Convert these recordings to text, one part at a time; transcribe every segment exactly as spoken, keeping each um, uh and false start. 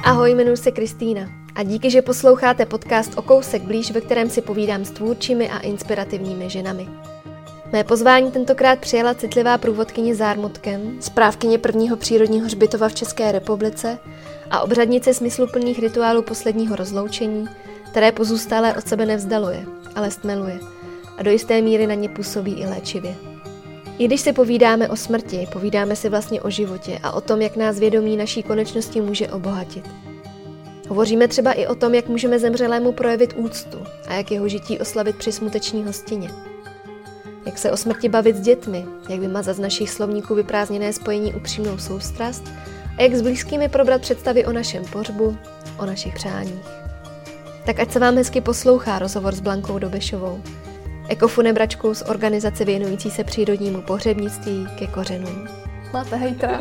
Ahoj, jmenuji se Kristýna a díky, že posloucháte podcast O kousek blíž, ve kterém si povídám s tvůrčími a inspirativními ženami. Mé pozvání tentokrát přijala citlivá průvodkyně Zármutkem, správkyně prvního přírodního hřbitova v České republice a obřadnice smysluplných rituálů posledního rozloučení, které pozůstalé od sebe nevzdaluje, ale stmeluje a do jisté míry na ně působí i léčivě. I když si povídáme o smrti, povídáme si vlastně o životě a o tom, jak nás vědomí naší konečnosti může obohatit. Hovoříme třeba i o tom, jak můžeme zemřelému projevit úctu a jak jeho žití oslavit při smuteční hostině. Jak se o smrti bavit s dětmi, jak vymazat z našich slovníků vyprázdněné spojení upřímnou soustrast a jak s blízkými probrat představy o našem pohřbu, o našich přáních. Tak ať se vám hezky poslouchá rozhovor s Blankou Dobešovou, ekofunebračkou z organizace věnující se přírodnímu pohřebnictví ke kořenům. Máte hejtra?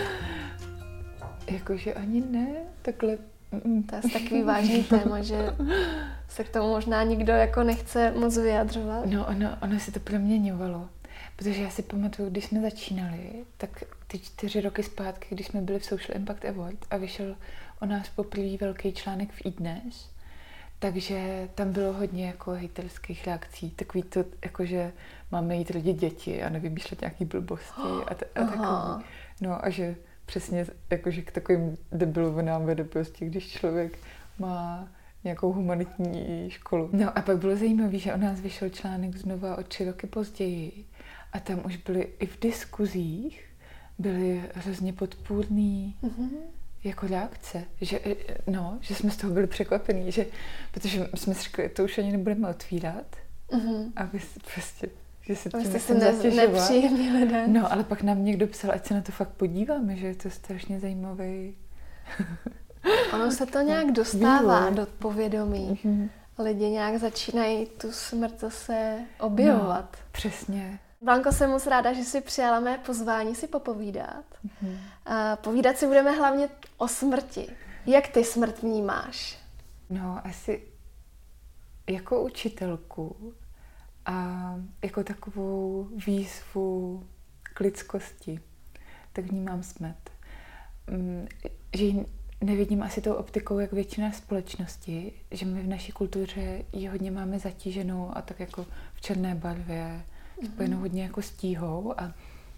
Jakože ani ne, takhle. To je takový vážný téma, že se k tomu možná nikdo jako nechce moc vyjadřovat. No, ono, ono se to proměňovalo, protože já si pamatuju, když jsme začínali, tak ty čtyři roky zpátky, když jsme byli v Social Impact Award a vyšel o nás poprvé velký článek v iDnes, takže tam bylo hodně jako hejterských reakcí, takový to, jakože máme jít rodit děti a nevymýšlet nějaký blbosti a, t- a takový. No a že přesně jakože k takovým debilům nám vede prostě, když člověk má nějakou humanitní školu. No a pak bylo zajímavé, že o nás vyšel článek znova o tři roky později a tam už byly i v diskuzích byly hrozně podpůrný mm-hmm. jako reakce, že, no, že jsme z toho byli překvapení, že, protože jsme si řekli, to už ani nebudeme otvírat, mm-hmm. aby prostě, že se tím nechcem zatěžovat. No, ale pak nám někdo psal, ať se na to fakt podíváme, že je to strašně zajímavý. Ono se to nějak dostává vývoj do povědomí. Mm-hmm. Lidi nějak začínají tu smrt zase objevovat. No, přesně. Blanko, jsem moc ráda, že jsi přijala mé pozvání si popovídat. Mm-hmm. A povídat si budeme hlavně o smrti. Jak ty smrt vnímáš? No, asi jako učitelku a jako takovou výzvu k lidskosti, tak vnímám smrt. Že ji nevidím asi tou optikou, jak většina společnosti, že my v naší kultuře ji hodně máme zatíženou a tak jako v černé barvě, spojenou mm-hmm. hodně jako s tíhou a,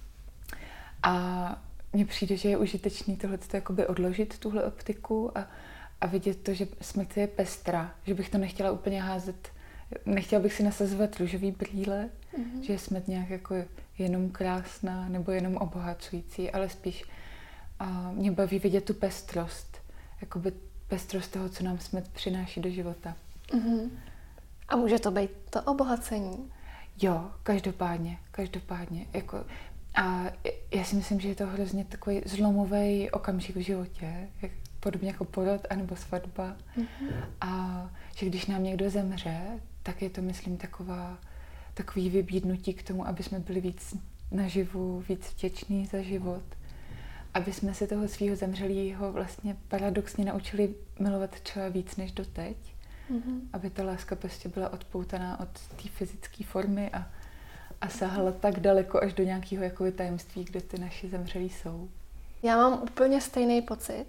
a mně přijde, že je užitečný tohleto jakoby odložit tuhle optiku a, a vidět to, že smrt je pestra, že bych to nechtěla úplně házet, nechtěla bych si nasazovat růžový brýle, mm-hmm. že je smrt nějak jako jenom krásná nebo jenom obohacující, ale spíš a mě baví vidět tu pestrost, jakoby pestrost toho, co nám smrt přináší do života. Mm-hmm. A může to být to obohacení? Jo, každopádně, každopádně. Jako, a já si myslím, že je to hrozně takový zlomový okamžik v životě, jak, podobně jako porod anebo svatba. Mm-hmm. A že když nám někdo zemře, tak je to, myslím, taková, takový vybídnutí k tomu, aby jsme byli víc naživu, víc vděční za život. Aby jsme se toho svého zemřelého vlastně paradoxně naučili milovat třeba víc než doteď. Mm-hmm. Aby ta láska prostě byla odpoutaná od té fyzické formy a, a sahala tak daleko až do nějakého jakoby tajemství, kde ty naši zemřelí jsou. Já mám úplně stejný pocit.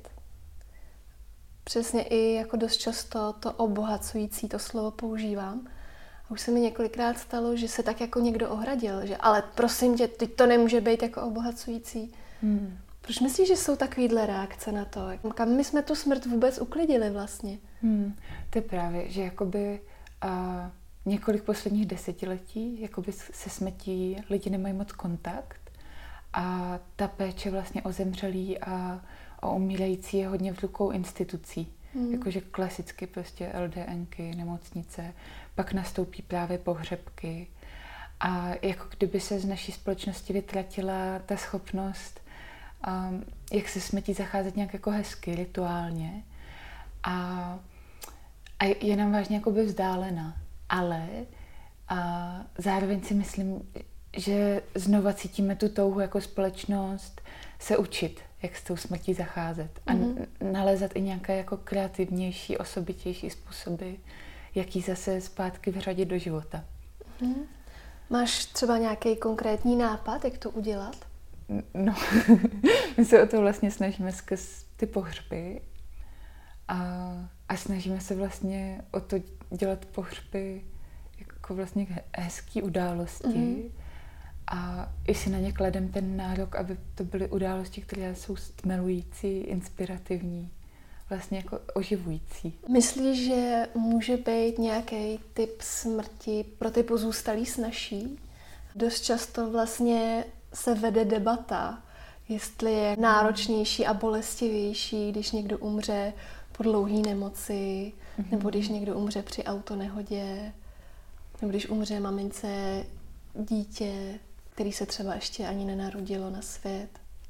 Přesně i jako dost často to obohacující, to slovo používám. A už se mi několikrát stalo, že se tak jako někdo ohradil, že ale prosím tě, teď to nemůže být jako obohacující. Hmm. Proč myslíš, že jsou takovýhle reakce na to? Kam my jsme tu smrt vůbec uklidili vlastně? Hmm, to je právě, že jakoby a, několik posledních desetiletí jakoby se smrtí lidi nemají moc kontakt a ta péče vlastně o zemřelý a o umírající je hodně v rukou institucí. Hmm. Jakože klasicky prostě el dé enky, nemocnice, pak nastoupí právě pohřebky a jako kdyby se z naší společnosti vytratila ta schopnost Um, jak se smrtí zacházet nějak jako hezky, rituálně a, a je nám vážně jakoby vzdálená, ale a zároveň si myslím, že znova cítíme tu touhu jako společnost se učit, jak s tou smrtí zacházet a mm-hmm. nalézat i nějaké jako kreativnější, osobitější způsoby, jak ji zase zpátky vřadit do života. Mm-hmm. Máš třeba nějaký konkrétní nápad, jak to udělat? No, my se o to vlastně snažíme skrz ty pohřby A, a snažíme se vlastně o to dělat pohřby jako vlastně hezký události. Mm-hmm. A i si na ně kladem ten nárok, aby to byly události, které jsou stmelující, inspirativní, vlastně jako oživující. Myslíš, že může být nějaký typ smrti pro ty pozůstalí snazší? Dost často vlastně se vede debata, jestli je náročnější a bolestivější, když někdo umře po dlouhé nemoci, mm-hmm. nebo když někdo umře při autonehodě, nebo když umře mamince dítě, který se třeba ještě ani nenarodilo na svět.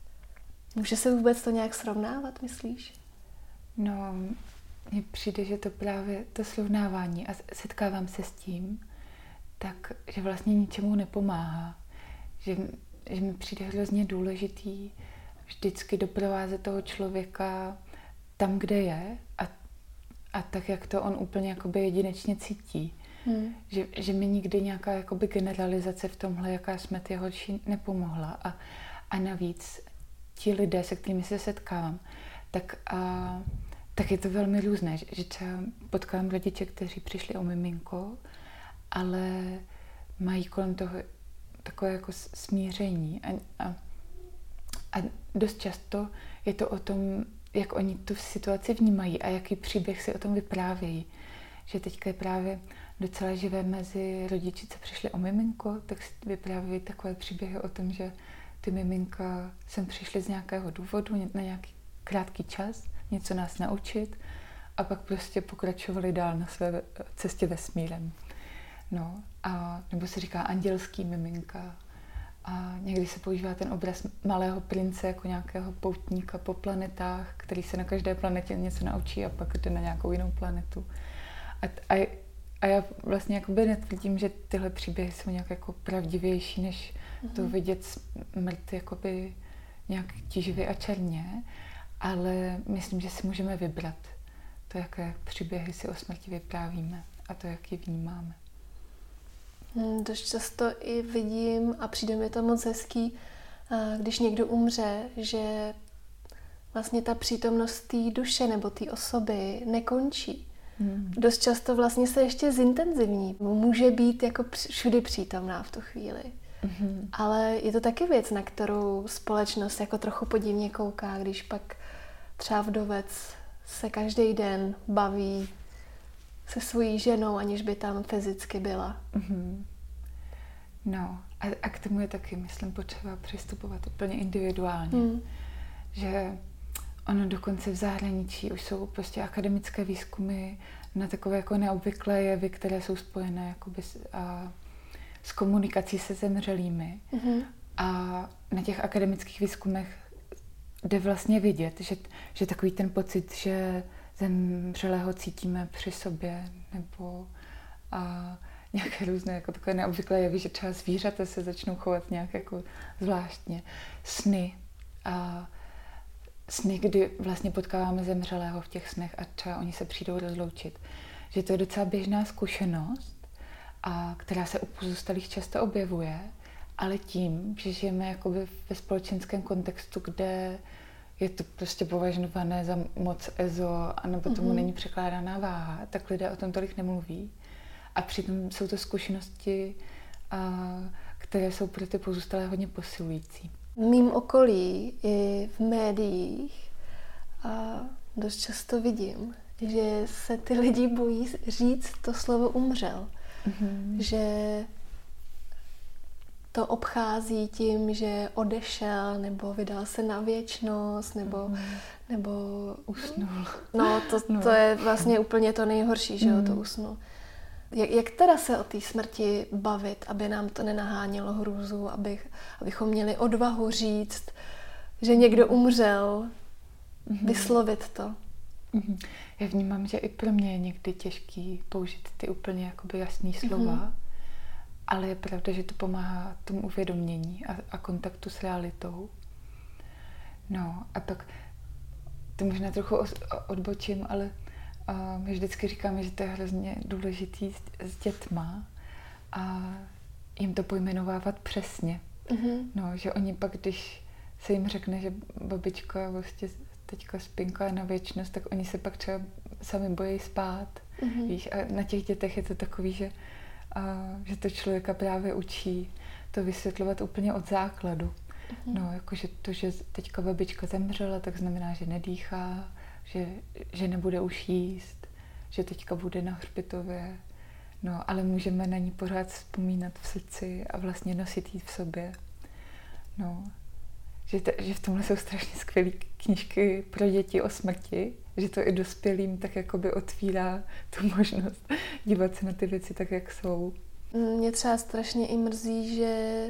Může se vůbec to nějak srovnávat, myslíš? No, mně přijde, že to právě to srovnávání a setkávám se s tím, tak, že vlastně ničemu nepomáhá. Že, že mi přijde hrozně důležitý vždycky doprovázet toho člověka tam, kde je a, a tak, jak to on úplně jakoby jedinečně cítí. Hmm. Že, že mi nikdy nějaká jakoby generalizace v tomhle, jaká smrt je horší, nepomohla. A, a navíc ti lidé, se kterými se setkávám, tak, a, tak je to velmi různé. Že, že třeba potkávám rodiče, kteří přišli o miminko, ale mají kolem toho takové jako smíření. A, a, a dost často je to o tom, jak oni tu situaci vnímají a jaký příběh si o tom vyprávějí. Že teďka je právě docela živé mezi rodiči, co přišli o miminko, tak si vyprávějí takové příběhy o tom, že ty miminka sem přišly z nějakého důvodu na nějaký krátký čas, něco nás naučit a pak prostě pokračovali dál na své cestě vesmírem. No, a nebo se říká andělský miminka. A někdy se používá ten obraz malého prince jako nějakého poutníka po planetách, který se na každé planetě něco naučí a pak jde na nějakou jinou planetu. A, a, a já vlastně jakoby netvrdím, že tyhle příběhy jsou nějak jako pravdivější, než mm-hmm. to vidět smrt jakoby nějak tíživě a černě, ale myslím, že si můžeme vybrat to, jaké příběhy si o smrti vyprávíme a to, jak ji vnímáme. Hmm, dost často i vidím a přijde mi to moc hezký, když někdo umře, že vlastně ta přítomnost té duše nebo té osoby nekončí. Hmm. Dost často vlastně se ještě zintenzivní. Může být jako všudy přítomná v tu chvíli. Hmm. Ale je to taky věc, na kterou společnost jako trochu podivně kouká, když pak třeba vdovec se každý den baví se svojí ženou, aniž by tam fyzicky byla. Mm-hmm. No, a, a k tomu je taky, myslím, potřeba přistupovat úplně individuálně. Mm. Že ono dokonce v zahraničí už jsou prostě akademické výzkumy na takové jako neobvyklé jevy, které jsou spojené jakoby s, a, s komunikací se zemřelými. Mm-hmm. A na těch akademických výzkumech jde vlastně vidět, že, že takový ten pocit, že zemřelého cítíme při sobě, nebo a nějaké různé jako takové neobvyklé jevy, že třeba zvířata se začnou chovat nějak jako zvláštně. Sny. A sny, kdy vlastně potkáváme zemřelého v těch snech a třeba oni se přijdou rozloučit. Že to je docela běžná zkušenost, a která se u pozůstalých často objevuje, ale tím, že žijeme jakoby ve společenském kontextu, kde je to prostě považované za moc ezo, anebo tomu mm-hmm. není překládaná váha, tak lidé o tom tolik nemluví. A přitom jsou to zkušenosti, a, které jsou pro ty pozůstalé hodně posilující. V mým okolí i v médiích a dost často vidím, že se ty lidi bojí říct to slovo umřel. Mm-hmm. Že to obchází tím, že odešel, nebo vydal se na věčnost, nebo, mm. nebo usnul. No, to, no. to je vlastně úplně to nejhorší, že jo, mm. to usnul. Jak, jak teda se o té smrti bavit, aby nám to nenahánělo hrůzu, abych, abychom měli odvahu říct, že někdo umřel, mm. vyslovit to? Mm. Já vnímám, že i pro mě je někdy těžký použít ty úplně jakoby jasný slova, mm. ale je pravda, že to pomáhá tomu uvědomění a, a kontaktu s realitou. No a pak to možná trochu odbočím, ale a my vždycky říkáme, že to je hrozně důležitý s, s dětma a jim to pojmenovávat přesně. Mm-hmm. No, že oni pak, když se jim řekne, že babička vlastně teďka spinka je na věčnost, tak oni se pak třeba sami bojí spát. Mm-hmm. Víš? A na těch dětech je to takový, že, a, že to člověka právě učí to vysvětlovat úplně od základu. Mm-hmm. No, jakože to, že teďka babička zemřela, tak znamená, že nedýchá, že, že nebude už jíst, že teďka bude na hřbitově. No, ale můžeme na ní pořád vzpomínat v srdci a vlastně nosit jí v sobě. No, že, te, že v tomhle jsou strašně skvělé knížky pro děti o smrti, že to i dospělým tak jakoby otvírá tu možnost dívat se na ty věci tak, jak jsou. Mě třeba strašně i mrzí, že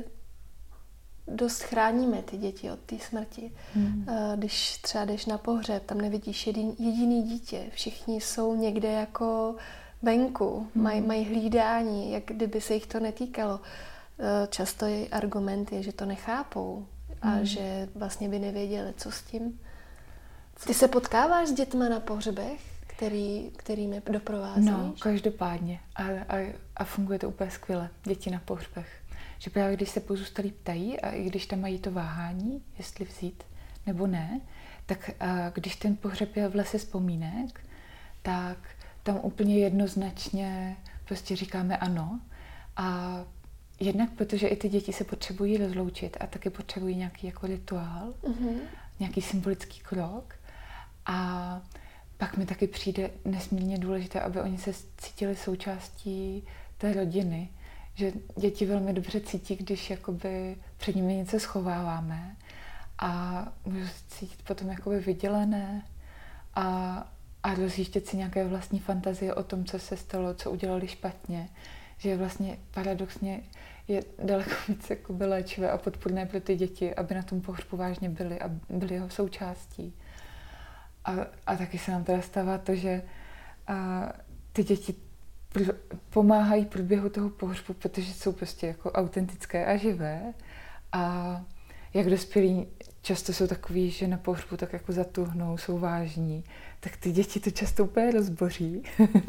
dost chráníme ty děti od té smrti. Hmm. Když třeba jdeš na pohřeb, tam nevidíš jediný, jediný dítě. Všichni jsou někde jako venku, hmm. maj, mají hlídání, jak kdyby se jich to netýkalo. Často je argument je, že to nechápou a hmm. že vlastně by nevěděli, co s tím. Ty se potkáváš s dětma na pohřbech, který, kterými doprovázíš? No, každopádně. A, a, a funguje to úplně skvěle. Děti na pohřbech. Že právě když se pozůstalí ptají a i když tam mají to váhání, jestli vzít nebo ne, tak a když ten pohřeb je v lese vzpomínek, tak tam úplně jednoznačně prostě říkáme ano. A jednak protože i ty děti se potřebují rozloučit a taky potřebují nějaký jako rituál, mm-hmm. nějaký symbolický krok. A pak mi taky přijde nesmírně důležité, aby oni se cítili součástí té rodiny. Že děti velmi dobře cítí, když jakoby před nimi něco schováváme a můžu se cítit potom jakoby vydělené a, a rozjíždět si nějaké vlastní fantazie o tom, co se stalo, co udělali špatně. Že vlastně paradoxně je daleko víc jakoby léčivé a podpůrné pro ty děti, aby na tom pohřbu vážně byli a byli jeho součástí. A, a taky se nám teda stává to, že a, ty děti pomáhají průběhu toho pohřbu, protože jsou prostě jako autentické a živé. A jak dospělí často jsou takový, že na pohřbu tak jako zatuhnou, jsou vážní, tak ty děti to často úplně rozboří.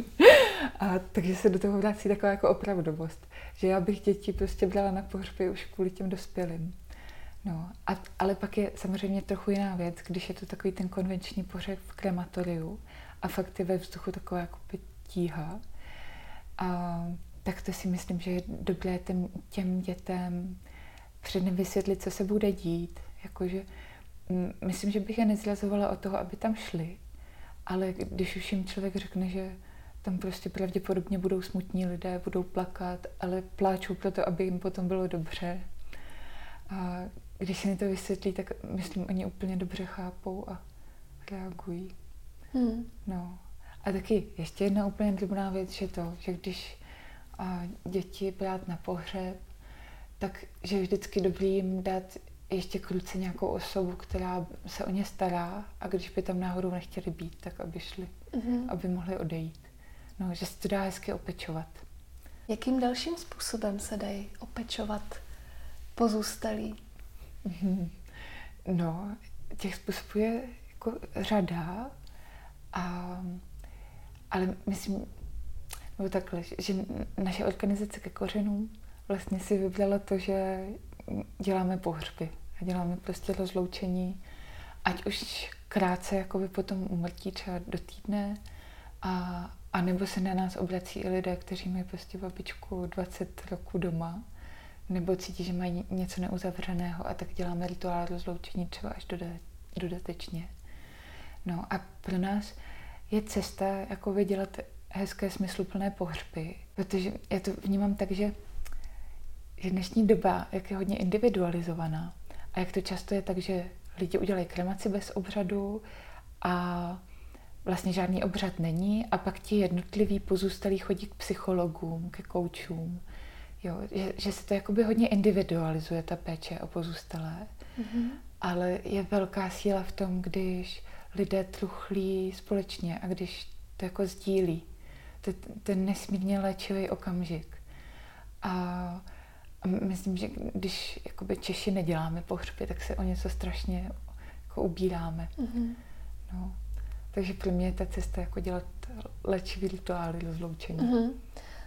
A takže se do toho vrací taková jako opravdovost. Že já bych děti prostě brala na pohřby už kvůli těm dospělým. No, a, ale pak je samozřejmě trochu jiná věc, když je to takový ten konvenční pohřeb v krematoriu a fakt je ve vzduchu taková jako tíha. A tak to si myslím, že je dobré těm, těm dětem předem vysvětlit, co se bude dít. Jakože, m, myslím, že bych je nezrazovala od toho, aby tam šli, ale když už jim člověk řekne, že tam prostě pravděpodobně budou smutní lidé, budou plakat, ale pláčou proto, aby jim potom bylo dobře. A když se mi to vysvětlí, tak myslím, oni úplně dobře chápou a reagují. Hmm. No. A taky ještě jedna úplně drobná věc, že to, že když a, děti brát na pohřeb, tak že je vždycky dobrý jim dát ještě k ruce nějakou osobu, která se o ně stará a když by tam náhodou nechtěli být, tak aby šli, mm-hmm. aby mohli odejít. No, že se to dá hezky opečovat. Jakým dalším způsobem se dají opečovat pozůstalí? Mm-hmm. No, těch způsobů je jako řada, a, ale myslím, nebo takhle, že naše organizace Ke kořenům vlastně si vybrala to, že děláme pohřby a děláme prostě rozloučení, ať už krátce jakoby po tom úmrtí, třeba do týdne, a, a nebo se na nás obrací i lidé, kteří mají prostě babičku dvacet roků doma, nebo cítí, že mají něco neuzavřeného a tak děláme rituál rozloučení třeba až dodatečně. No a pro nás je cesta jako dělat hezké, smysluplné pohřby, protože já to vnímám tak, že je dnešní doba, jak je hodně individualizovaná a jak to často je tak, že lidi udělají kremaci bez obřadu a vlastně žádný obřad není a pak ti jednotliví pozůstalí chodí k psychologům, ke koučům. Jo, že, že se to jakoby hodně individualizuje, ta péče o pozůstalé, mm-hmm. ale je velká síla v tom, když lidé truchlí společně a když to jako sdílí. To, ten nesmírně léčivý okamžik. A, a myslím, že když jakoby Češi neděláme pohřby, tak se o něco strašně jako ubíráme. Mm-hmm. No. Takže pro mě je ta cesta jako dělat léčivý rituály rozloučení. Mm-hmm.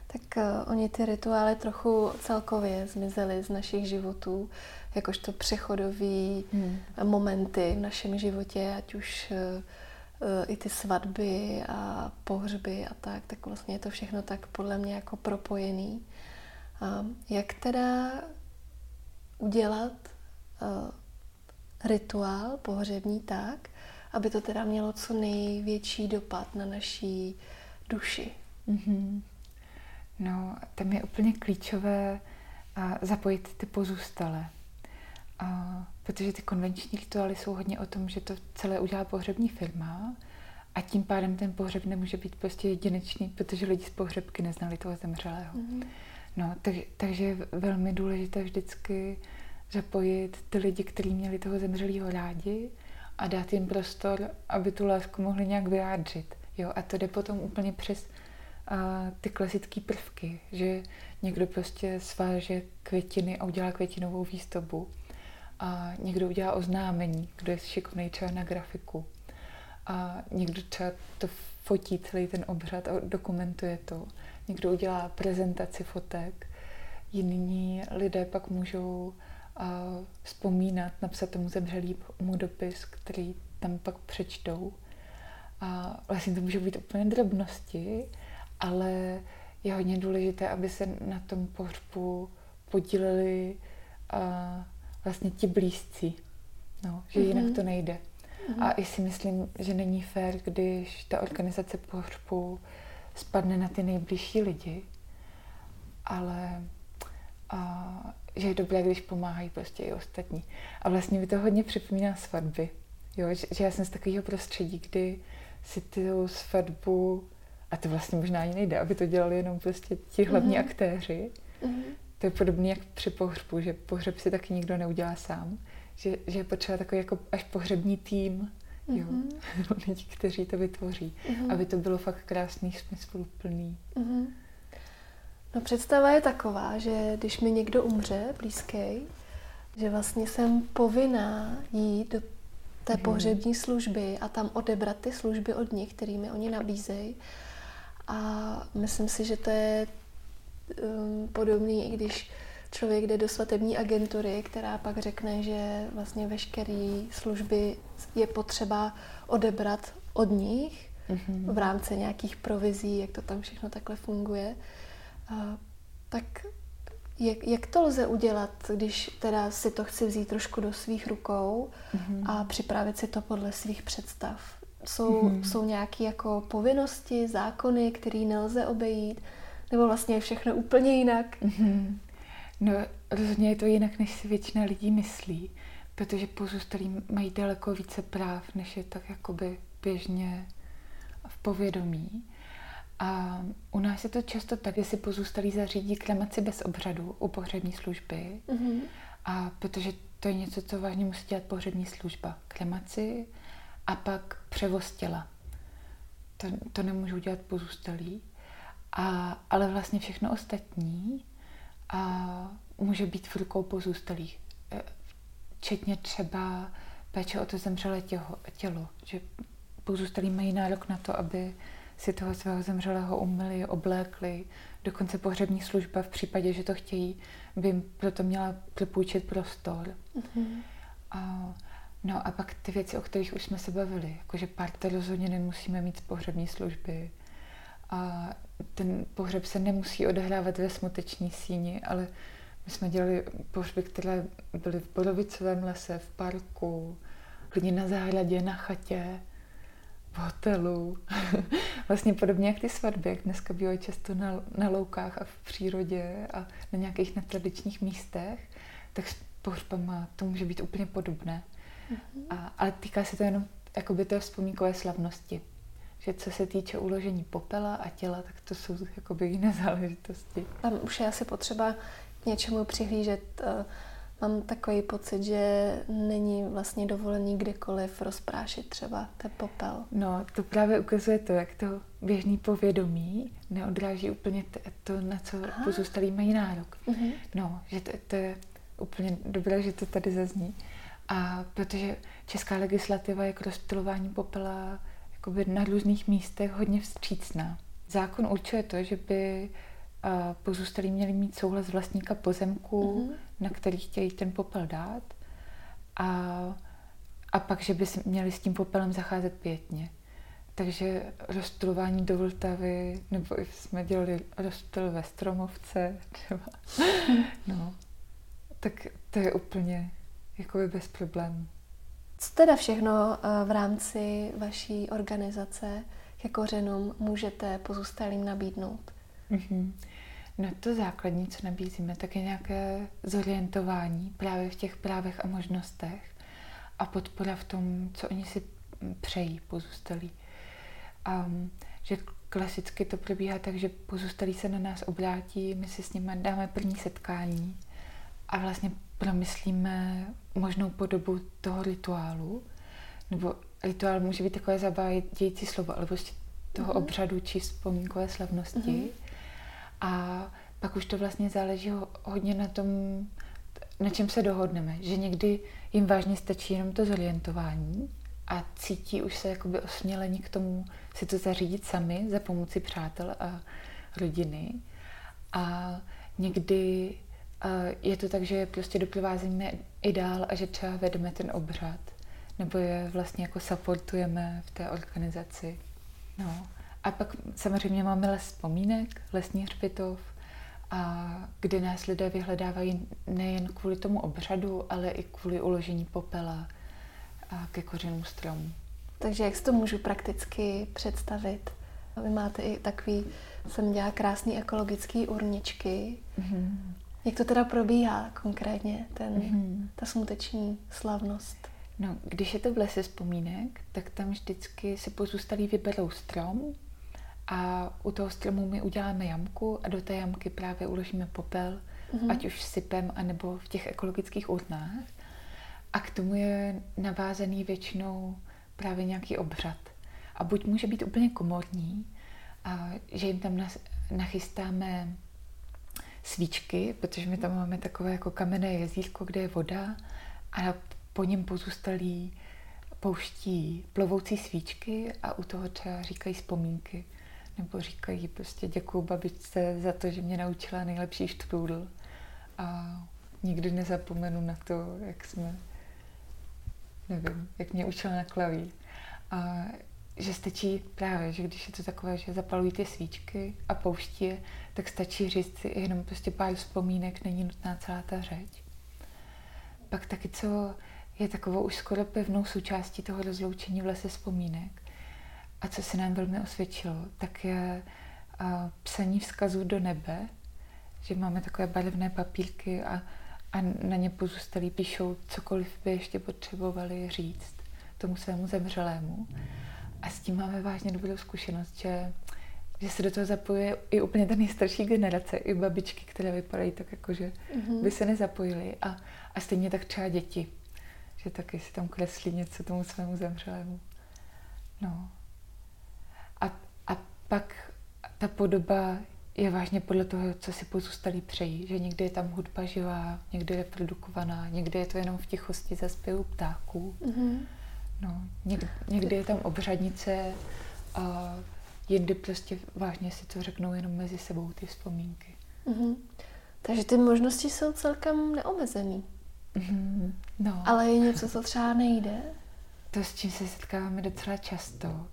Tak uh, oni ty rituály trochu celkově zmizely z našich životů, jakožto přechodové hmm. momenty v našem životě, ať už uh, uh, i ty svatby a pohřby a tak, tak vlastně je to všechno tak podle mě jako propojený. Uh, jak teda udělat uh, rituál pohřební tak, aby to teda mělo co největší dopad na naší duši? Mm-hmm. No, tam je úplně klíčové a, zapojit ty pozůstalé. A, protože ty konvenční rituály jsou hodně o tom, že to celé udělá pohřební firma a tím pádem ten pohřeb nemůže být prostě jedinečný, protože lidi z pohřebky neznali toho zemřelého. Mm-hmm. No, tak, takže je velmi důležité vždycky zapojit ty lidi, kteří měli toho zemřelého rádi a dát jim prostor, aby tu lásku mohli nějak vyjádřit. Jo? A to jde potom úplně přes a, ty klasické prvky, že někdo prostě sváže květiny a udělá květinovou výzdobu. A někdo udělá oznámení, kdo je šikovnej třeba na grafiku. A někdo třeba to fotí celý ten obřad a dokumentuje to. Někdo udělá prezentaci fotek. Jiní lidé pak můžou a vzpomínat, napsat tomu zemřelýmu dopis, který tam pak přečtou. A vlastně to může být úplně drobnosti, ale je hodně důležité, aby se na tom pohřbu podíleli a vlastně ti blízcí. No, že mm-hmm. jinak to nejde. Mm-hmm. A i si myslím, že není fér, když ta organizace pohřbu spadne na ty nejbližší lidi, ale a že je dobré, když pomáhají prostě i ostatní. A vlastně mi to hodně připomíná svatby. Jo? Že, že já jsem z takového prostředí, kdy si tu svatbu, a to vlastně možná ani nejde, aby to dělali jenom prostě ti hlavní mm-hmm. aktéři. Mm-hmm. To je podobné jak při pohřbu, že pohřeb si taky nikdo neudělá sám. Že, že je potřeba takový jako až pohřební tým, jo? Mm-hmm. Lidi, kteří to vytvoří. Mm-hmm. Aby to bylo fakt krásný, smysluplný. Mm-hmm. No představa je taková, že když mi někdo umře, blízký, že vlastně jsem povinná jít do té mm. pohřební služby a tam odebrat ty služby od nich, kterými oni nabízejí. A myslím si, že to je um, podobný, i když člověk jde do svatební agentury, která pak řekne, že vlastně veškeré služby je potřeba odebrat od nich mm. v rámci nějakých provizí, jak to tam všechno takhle funguje. Uh, tak jak, jak to lze udělat, když teda si to chci vzít trošku do svých rukou mm-hmm. a připravit si to podle svých představ? Jsou, mm-hmm. jsou nějaké jako povinnosti, zákony, které nelze obejít? Nebo vlastně je všechno úplně jinak? Mm-hmm. No rozhodně je to jinak, než si většina lidí myslí, protože pozůstalí mají daleko více práv, než je tak jakoby běžně v povědomí. A u nás je to často tak, že si pozůstalí zařídí kremaci bez obřadu u pohřební služby. Mm-hmm. A protože to je něco, co vážně musí dělat pohřební služba. Kremaci a pak převoz těla. To, to nemůžou dělat pozůstalí. A, ale vlastně všechno ostatní a může být v rukou pozůstalých. Včetně třeba péče o to zemřelé těho, tělo. Že pozůstalí mají nárok na to, aby si toho svého zemřelého umyli, oblékli. Dokonce pohřební služba v případě, že to chtějí, by jim proto měla propůjčit prostor. Mm-hmm. A, no a pak ty věci, o kterých už jsme se bavili, jakože party rozhodně nemusíme mít z pohřební služby. A ten pohřeb se nemusí odehrávat ve smuteční síni, ale my jsme dělali pohřby, které byly v Borovicovém lese, v parku, klidně na zahradě, na chatě, v hotelu. Vlastně podobně jak ty svatby, jak dneska bývají často na, na loukách a v přírodě a na nějakých netradičních místech, tak s pohřbama to může být úplně podobné. Mm-hmm. A, ale týká se to jenom jakoby té vzpomínkové slavnosti. Že co se týče uložení popela a těla, tak to jsou jakoby jiné záležitosti. Tam už je asi potřeba k něčemu přihlížet. Mám takový pocit, že není vlastně dovolený kdekoliv rozprášit třeba ten popel. No, to právě ukazuje to, jak to běžný povědomí neodráží úplně t- to, na co Aha. pozůstalí mají nárok. Mm-hmm. No, že to, to je úplně dobré, že to tady zazní. A protože česká legislativa je k rozptylování popela jakoby na různých místech hodně vstřícná. Zákon určuje to, že by a pozůstalí měli mít souhlas vlastníka pozemku, mm-hmm. na který chtějí ten popel dát. A, a pak, že by měli s tím popelem zacházet pětně. Takže rozptylování do Vltavy, nebo i jsme dělali rozptyl ve Stromovce třeba. No, tak to je úplně jakoby bez problémů. Co teda všechno v rámci vaší organizace ke kořenům můžete pozůstalým nabídnout? Mm-hmm. No to základní, co nabízíme, tak je nějaké zorientování právě v těch právech a možnostech a podpora v tom, co oni si přejí pozůstalí. Um, že klasicky to probíhá tak, že pozůstalí se na nás obrátí, my si s nimi dáme první setkání a vlastně promyslíme možnou podobu toho rituálu. Nebo rituál může být takové zavádějící slovo, ale prostě toho mm-hmm. obřadu či vzpomínkové slavnosti. Mm-hmm. A pak už to vlastně záleží hodně na tom, na čem se dohodneme. Že někdy jim vážně stačí jenom to zorientování a cítí už se jakoby osmělení k tomu si to zařídit sami za pomoci přátel a rodiny. A někdy je to tak, že je prostě doprovázíme i dál a že třeba vedeme ten obřad. Nebo je vlastně jako supportujeme v té organizaci. No. A pak samozřejmě máme les vzpomínek, lesní hřbitov, a kde nás lidé vyhledávají nejen kvůli tomu obřadu, ale i kvůli uložení popela a ke kořenům stromů. Takže jak si to můžu prakticky představit? Vy máte i takový, jsem dělala krásný ekologický urničky. Mm-hmm. Jak to teda probíhá konkrétně, ten, mm-hmm. ta smuteční slavnost? No, když je to v lese vzpomínek, tak tam vždycky si pozůstalí vyberou strom a u toho stromu my uděláme jamku a do té jamky právě uložíme popel, mm-hmm. ať už sypem, anebo v těch ekologických urnách. A k tomu je navázaný většinou právě nějaký obřad. A buď může být úplně komorní, a že jim tam nachystáme svíčky, protože my tam máme takové jako kamenné jezírko, kde je voda a po něm pozůstalí pouští plovoucí svíčky a u toho třeba říkají vzpomínky. Nebo říkají prostě děkuju babičce za to, že mě naučila nejlepší štrůdl. A nikdy nezapomenu na to, jak jsme, nevím, jak mě učila na klavír. A že stačí právě, že když je to takové, že zapalují ty svíčky a pouští je, tak stačí říct si jenom prostě pár vzpomínek, není nutná celá ta řeč. Pak taky, co je takovou už skoro pevnou součástí toho rozloučení v lese vzpomínek a co se nám velmi osvědčilo, tak je uh, psaní vzkazů do nebe, že máme takové barevné papírky a, a na ně pozůstalí píšou cokoliv by ještě potřebovali říct tomu svému zemřelému. A s tím máme vážně dobrou zkušenost, že, že se do toho zapojuje i úplně ta nejstarší generace, i babičky, které vypadají tak jako, že mm-hmm. by se nezapojily. A, a stejně tak třeba děti, že taky si tam kreslí něco tomu svému zemřelému. No. A, a pak ta podoba je vážně podle toho, co si pozůstalí přejí. Že někdy je tam hudba živá, někdy je reprodukovaná, někdy je to jenom v tichosti za zpěvu ptáků. Mm-hmm. No, někdy, někdy je tam obřadnice a jindy prostě vážně si to řeknou jenom mezi sebou ty vzpomínky. Mm-hmm. Takže ty možnosti jsou celkem neomezený. Mm-hmm. No. Ale je něco, co třeba nejde? To, s čím se setkáváme docela často,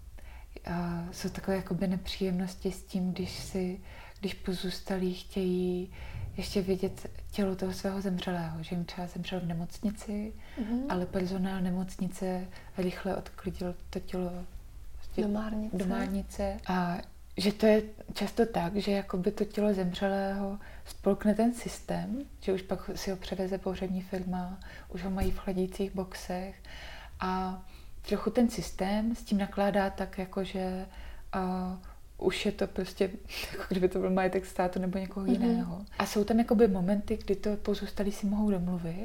a jsou takové jakoby nepříjemnosti s tím, když si, když pozůstalí chtějí ještě vidět tělo toho svého zemřelého, že jim třeba zemřel v nemocnici, mm-hmm. ale personál nemocnice rychle odklidil to tělo do márnice. do márnice. A že to je často tak, že jakoby to tělo zemřelého spolkne ten systém, že už pak si ho převeze pohřební firma, už ho mají v chladících boxech a trochu ten systém s tím nakládá tak, jakože uh, už je to prostě, jako kdyby to byl majetek státu nebo někoho mm-hmm. jiného. A jsou tam jakoby momenty, kdy to pozůstalí si mohou domluvit,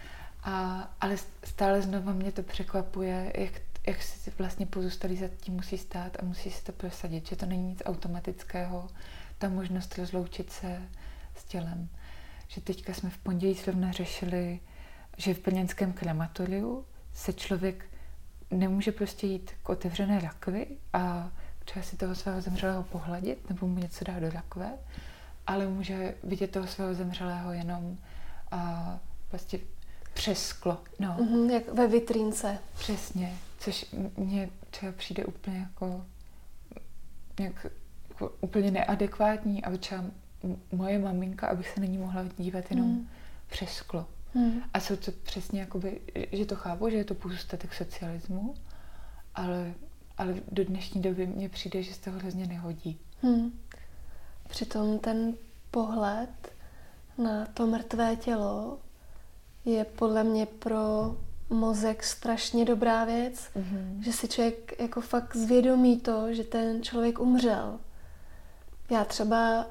a, ale stále znova mě to překvapuje, jak, jak si vlastně pozůstalí za tím musí stát a musí si to prosadit, že to není nic automatického, ta možnost rozloučit se s tělem. Že teďka jsme v pondělí zrovna řešili, že v brněnském krematoriu se člověk nemůže prostě jít k otevřené rakvi a třeba si toho svého zemřelého pohladit nebo mu něco dát do rakve, ale může vidět toho svého zemřelého jenom a, vlastně přes sklo. No. Mm-hmm, jak ve vitrínce. Přesně, což mně třeba přijde úplně jako, nějak, jako úplně neadekvátní, aby třeba moje maminka, abych se na ní mohla dívat jenom mm. přes sklo. Mm. A jsou to přesně jakoby, že to chápu, že je to pozůstatek socialismu, ale, ale do dnešní doby mně přijde, že se to hrozně nehodí. Mm. Přitom ten pohled na to mrtvé tělo je podle mě pro mozek strašně dobrá věc, mm-hmm. že si člověk jako fakt zvědomí to, že ten člověk umřel. Já třeba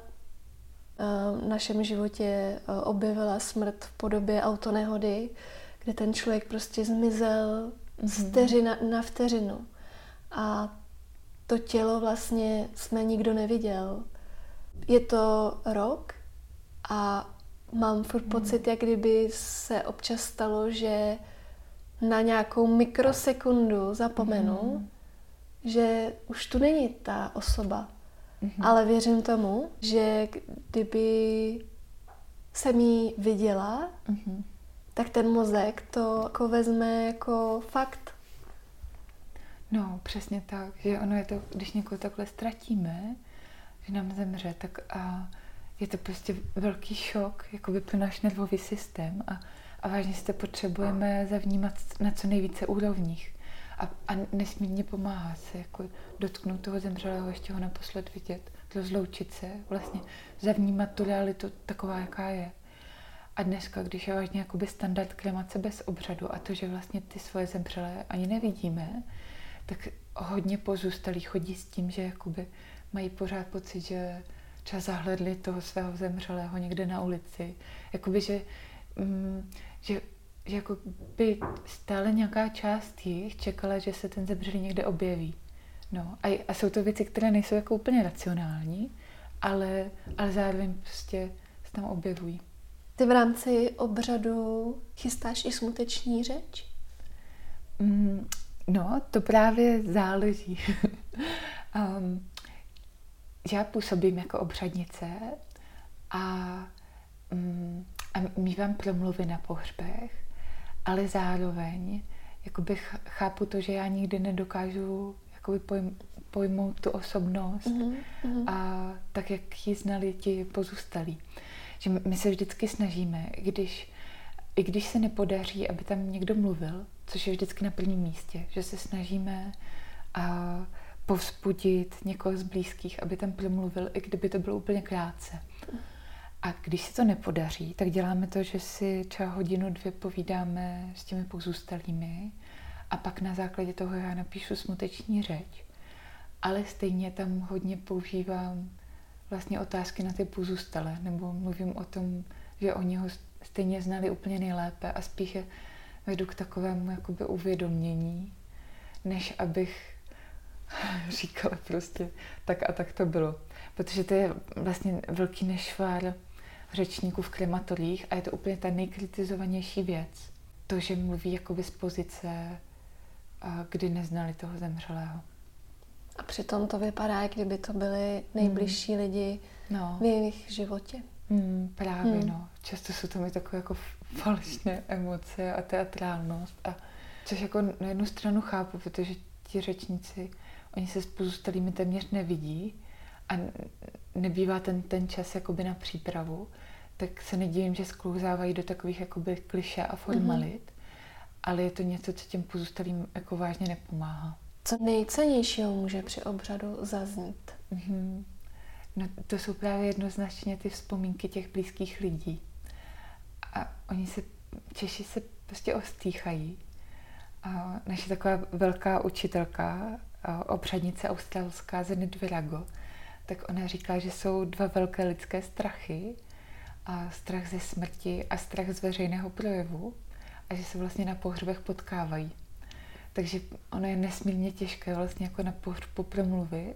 v našem životě objevila smrt v podobě autonehody, kde ten člověk prostě zmizel mm-hmm. z vteřina na vteřinu. A to tělo vlastně jsme nikdo neviděl. Je to rok a mám furt mm. pocit, jak kdyby se občas stalo, že na nějakou mikrosekundu zapomenu, mm. že už tu není ta osoba. Mm-hmm. Ale věřím tomu, že kdyby jsem jí viděla, mm-hmm. tak ten mozek to jako vezme jako fakt. No, přesně tak, že ono je to, když někoho takhle ztratíme, že nám zemře, tak a je to prostě velký šok, jakoby pro náš nervový systém a, a vážně si to potřebujeme zavnímat na co nejvíce úrovních. A, a nesmírně pomáhá se, jako dotknout toho zemřelého, ještě ho naposled vidět, rozloučit se, vlastně zavnímat tu realitu taková, jaká je. A dneska, když je vážně jakoby standard kremace bez obřadu a to, že vlastně ty svoje zemřelé ani nevidíme, tak hodně pozůstalých chodí s tím, že jakoby mají pořád pocit, že třeba zahledli toho svého zemřelého někde na ulici. Jakoby, že, mm, že, že jako by stále nějaká část jich čekala, že se ten zemřelý někde objeví. No, a, a jsou to věci, které nejsou jako úplně racionální, ale, ale zároveň prostě se tam objevují. Ty v rámci obřadu chystáš i smuteční řeč? Mm, no, to právě záleží. um, já působím jako obřadnice a, um, a mívám promluvy na pohřbech, ale zároveň jakoby chápu to, že já nikdy nedokážu jakoby pojm, pojmout tu osobnost mm-hmm. a tak, jak ji znali ti pozůstalí. Že my se vždycky snažíme, když, i když se nepodaří, aby tam někdo mluvil, což je vždycky na prvním místě, že se snažíme a, povzbudit někoho z blízkých, aby tam promluvil, i kdyby to bylo úplně krátce. A když se to nepodaří, tak děláme to, že si třeba hodinu, dvě povídáme s těmi pozůstalými a pak na základě toho já napíšu smuteční řeč. Ale stejně tam hodně používám vlastně otázky na ty pozůstalé, nebo mluvím o tom, že oni ho stejně znali úplně nejlépe a spíše vedu k takovému jakoby uvědomění, než abych říkala prostě tak a tak to bylo. Protože to je vlastně velký nešvár řečníků v krematoriích a je to úplně ta nejkritizovanější věc. To, že mluví jakoby z pozice, kdy neznali toho zemřelého. A přitom to vypadá, jak kdyby to byli nejbližší hmm. lidi no. v jejich životě. Hmm, právě, hmm. no. Často jsou to mi takové jako falešné emoce a teatrálnost. A což jako na jednu stranu chápu, protože ti řečníci, oni se s pozůstalými téměř nevidí a nebývá ten, ten čas jakoby na přípravu, tak se nedivím, že sklouzávají do takových jakoby klišé a formalit, mm-hmm. ale je to něco, co těm pozůstalým jako vážně nepomáhá. Co nejcennějšího může při obřadu zaznít? Mm-hmm. No, to jsou právě jednoznačně ty vzpomínky těch blízkých lidí. A oni se, Češi se prostě ostýchají. A naše taková velká učitelka, obřadnice australská Zenit Virago, tak ona říká, že jsou dva velké lidské strachy. A strach ze smrti a strach z veřejného projevu. A že se vlastně na pohřbech potkávají. Takže ono je nesmírně těžké vlastně jako na pohřbu promluvit,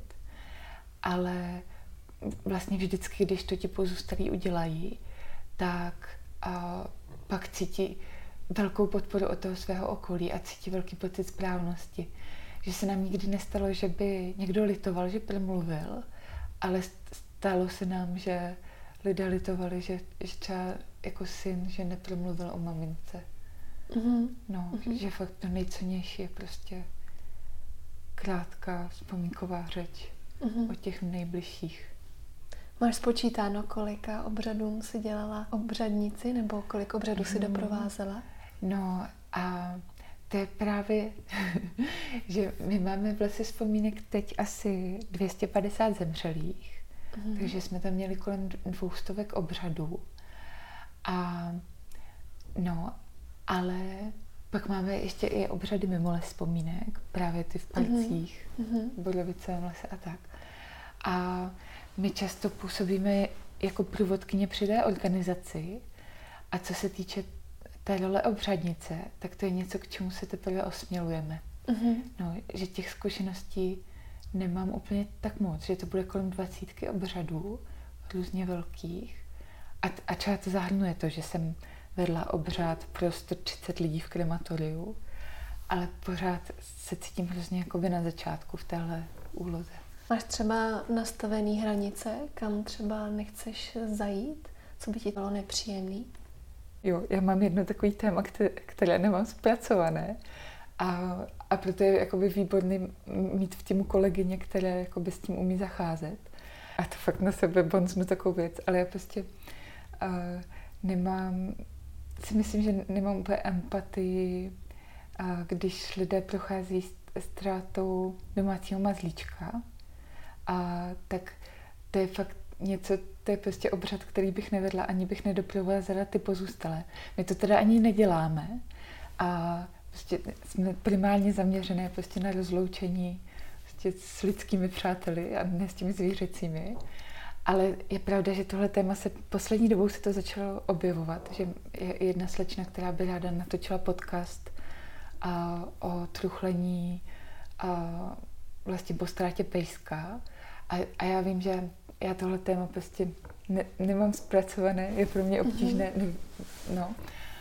ale vlastně vždycky, když to ti pozůstalí udělají, tak a pak cítí velkou podporu od toho svého okolí a cítí velký pocit správnosti. Že se nám nikdy nestalo, že by někdo litoval, že promluvil, ale stalo se nám, že lidé litovali, že, že třeba jako syn, že nepromluvil o mamince. Mm-hmm. No, mm-hmm. že fakt to nejcennější je prostě krátká vzpomínková řeč mm-hmm. o těch nejbližších. Máš spočítáno, kolika obřadům si dělala obřadnici, nebo kolik obřadů si doprovázela? No a to je právě, že my máme vlastně vzpomínek teď asi dvě stě padesát zemřelých, mm. takže jsme tam měli kolem dvoustovek obřadů. A no, ale pak máme ještě i obřady mimo les vzpomínek, právě ty v parcích, mm. v Bodlovicovém lese a tak. A my často působíme jako průvodkyně při té organizaci a co se týče té role obřadnice, tak to je něco, k čemu se teprve osmělujeme. Mm-hmm. No, že těch zkušeností nemám úplně tak moc, že to bude kolem dvacítky obřadů, různě velkých. A, a třeba to zahrnuje to, že jsem vedla obřad pro sto třicet lidí v krematoriu, ale pořád se cítím hrozně jakoby na začátku v téhle úloze. Máš třeba nastavený hranice, kam třeba nechceš zajít? Co by ti bylo nepříjemný? Jo, já mám jedno takový téma, které, které nemám zpracované a, a proto je jakoby výborný mít v týmu kolegyně, které jakoby s tím umí zacházet. A to fakt na sebe bonznu takovou věc, ale já prostě uh, nemám, si myslím, že nemám úplně empatii, uh, když lidé prochází ztrátou domácího mazlíčka. A tak to je fakt něco, to je prostě obřad, který bych nevedla, ani bych nedoprovázela ty pozůstalé. My to teda ani neděláme a prostě jsme primárně zaměřené prostě na rozloučení prostě s lidskými přáteli a ne s těmi zvířecími. Ale je pravda, že tohle téma se poslední dobou se to začalo objevovat, že je jedna slečna, která by ráda natočila podcast a, o truchlení a vlastně po ztrátě pejska. A, a já vím, že já tohle téma prostě ne, nemám zpracované, je pro mě obtížné, mm-hmm. ne, no.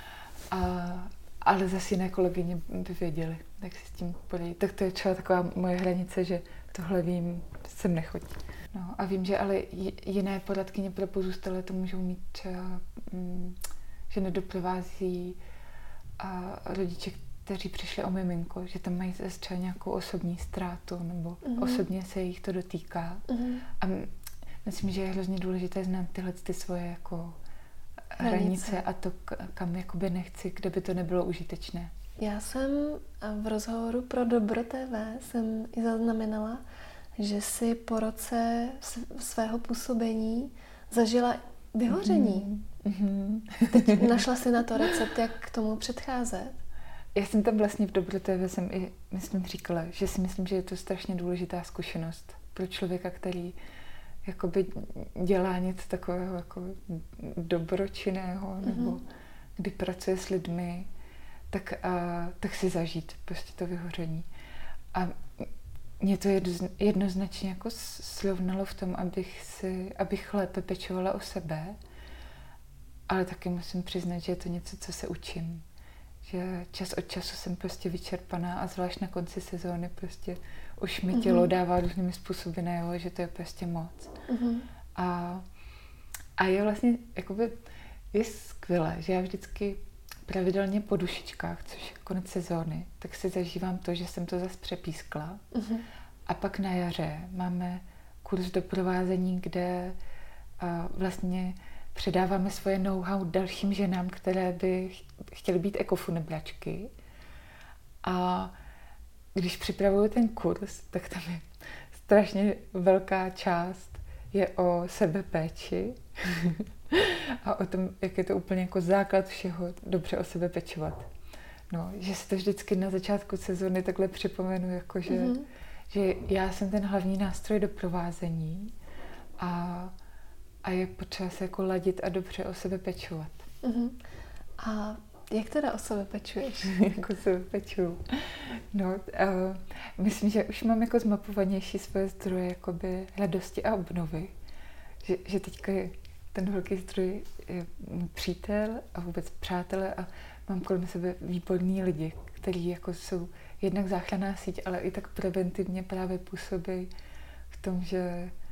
A, ale zase jiné kolegyně by věděli, jak si s tím poradit. Tak to je třeba taková moje hranice, že tohle vím, sem nechodí. No a vím, že ale jiné poradkyně pro pozůstalé to můžou mít třeba, mm, že nedoprovází a rodiče, kteří přišli o miminko, že tam mají zase třeba nějakou osobní ztrátu nebo mm-hmm. osobně se jich to dotýká. Mm-hmm. A myslím, že je hrozně důležité znát tyhle ty svoje jako hranice, hranice a to, kam jakoby nechci, kde by to nebylo užitečné. Já jsem v rozhovoru pro Dobro T V jsem i zaznamenala, že si po roce svého působení zažila vyhoření. Mm-hmm. Teď našla si na to recept, jak k tomu předcházet. Já jsem tam vlastně v Dobro T V jsem i, myslím, říkala, že si myslím, že je to strašně důležitá zkušenost pro člověka, který jakoby dělá něco takového jako dobročinného, mm-hmm. nebo kdy pracuje s lidmi, tak, a, tak si zažít prostě to vyhoření. A mě to jednoznačně jako srovnalo v tom, abych, si, abych lépe pečovala o sebe, ale taky musím přiznat, že je to něco, co se učím. Že čas od času jsem prostě vyčerpaná a zvlášť na konci sezóny prostě už mi tělo dává různými způsoby najevo, že to je prostě moc. Mm-hmm. A, a je vlastně, jakoby, je skvělé, že já vždycky pravidelně po dušičkách, což je konec sezóny, tak si zažívám to, že jsem to zase přepískla. Mm-hmm. A pak na jaře máme kurz doprovázení, kde a, vlastně předáváme svoje know-how dalším ženám, které by chtěly být ekofunebračky. A když připravuju ten kurz, tak tam je strašně velká část je o sebepéči a o tom, jak je to úplně jako základ všeho dobře o sebe pečovat. No, že si to vždycky na začátku sezóny takhle připomenu, jako že, mm-hmm. že já jsem ten hlavní nástroj doprovázení a A je potřeba se jako ladit a dobře o sebe pečovat. Uh-huh. A jak teda o sebe pečuješ? Jak o sebe pečuju? No, uh, myslím, že už mám jako zmapovanější svoje zdroje jakoby radosti a obnovy. Že, že teďka je ten velký zdroj je můj přítel a vůbec přátelé a mám kolem sebe výborní lidi, kteří jako jsou jednak záchranná síť, ale i tak preventivně právě působí v tom, že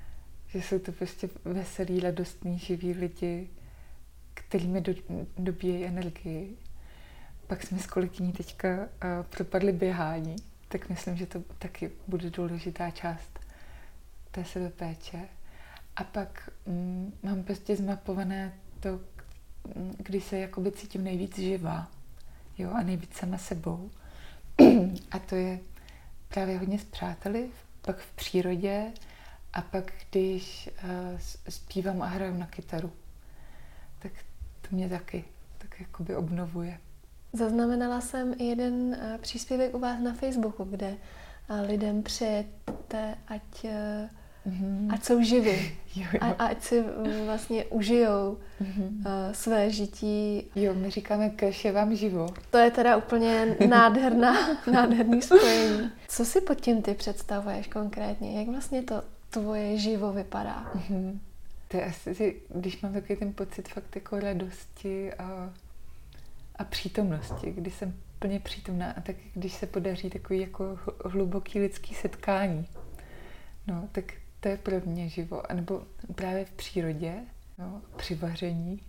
že jsou to prostě veselí, radostní, živí lidi, který mi do, dobíjejí energii. Pak jsme s kolegyní teďka uh, propadli běhání, tak myslím, že to taky bude důležitá část té sebepéče. A pak mm, mám prostě zmapované to, kdy se jakoby cítím nejvíc živá, jo, a nejvíc sama sebou. A to je právě hodně s přáteli, pak v přírodě a pak když uh, zpívám a hraju na kytaru. Tak to mě taky tak jakoby obnovuje. Zaznamenala jsem i jeden uh, příspěvek u vás na Facebooku, kde uh, lidem přejete, ať, uh, mm-hmm. ať jsou živí, jo, jo. A, ať si vlastně užijou mm-hmm. uh, své žití. Jo, my říkáme, kež je vám živo. To je teda úplně nádherná, nádherný spojení. Co si pod tím ty představuješ konkrétně? Jak vlastně to tvoje živo vypadá? Mm-hmm. To je asi, když mám takový ten pocit fakt jako radosti a, a přítomnosti, kdy jsem plně přítomná a tak když se podaří takový jako hluboký lidský setkání, no, tak to je pro mě živo. A nebo právě v přírodě, no, při vaření.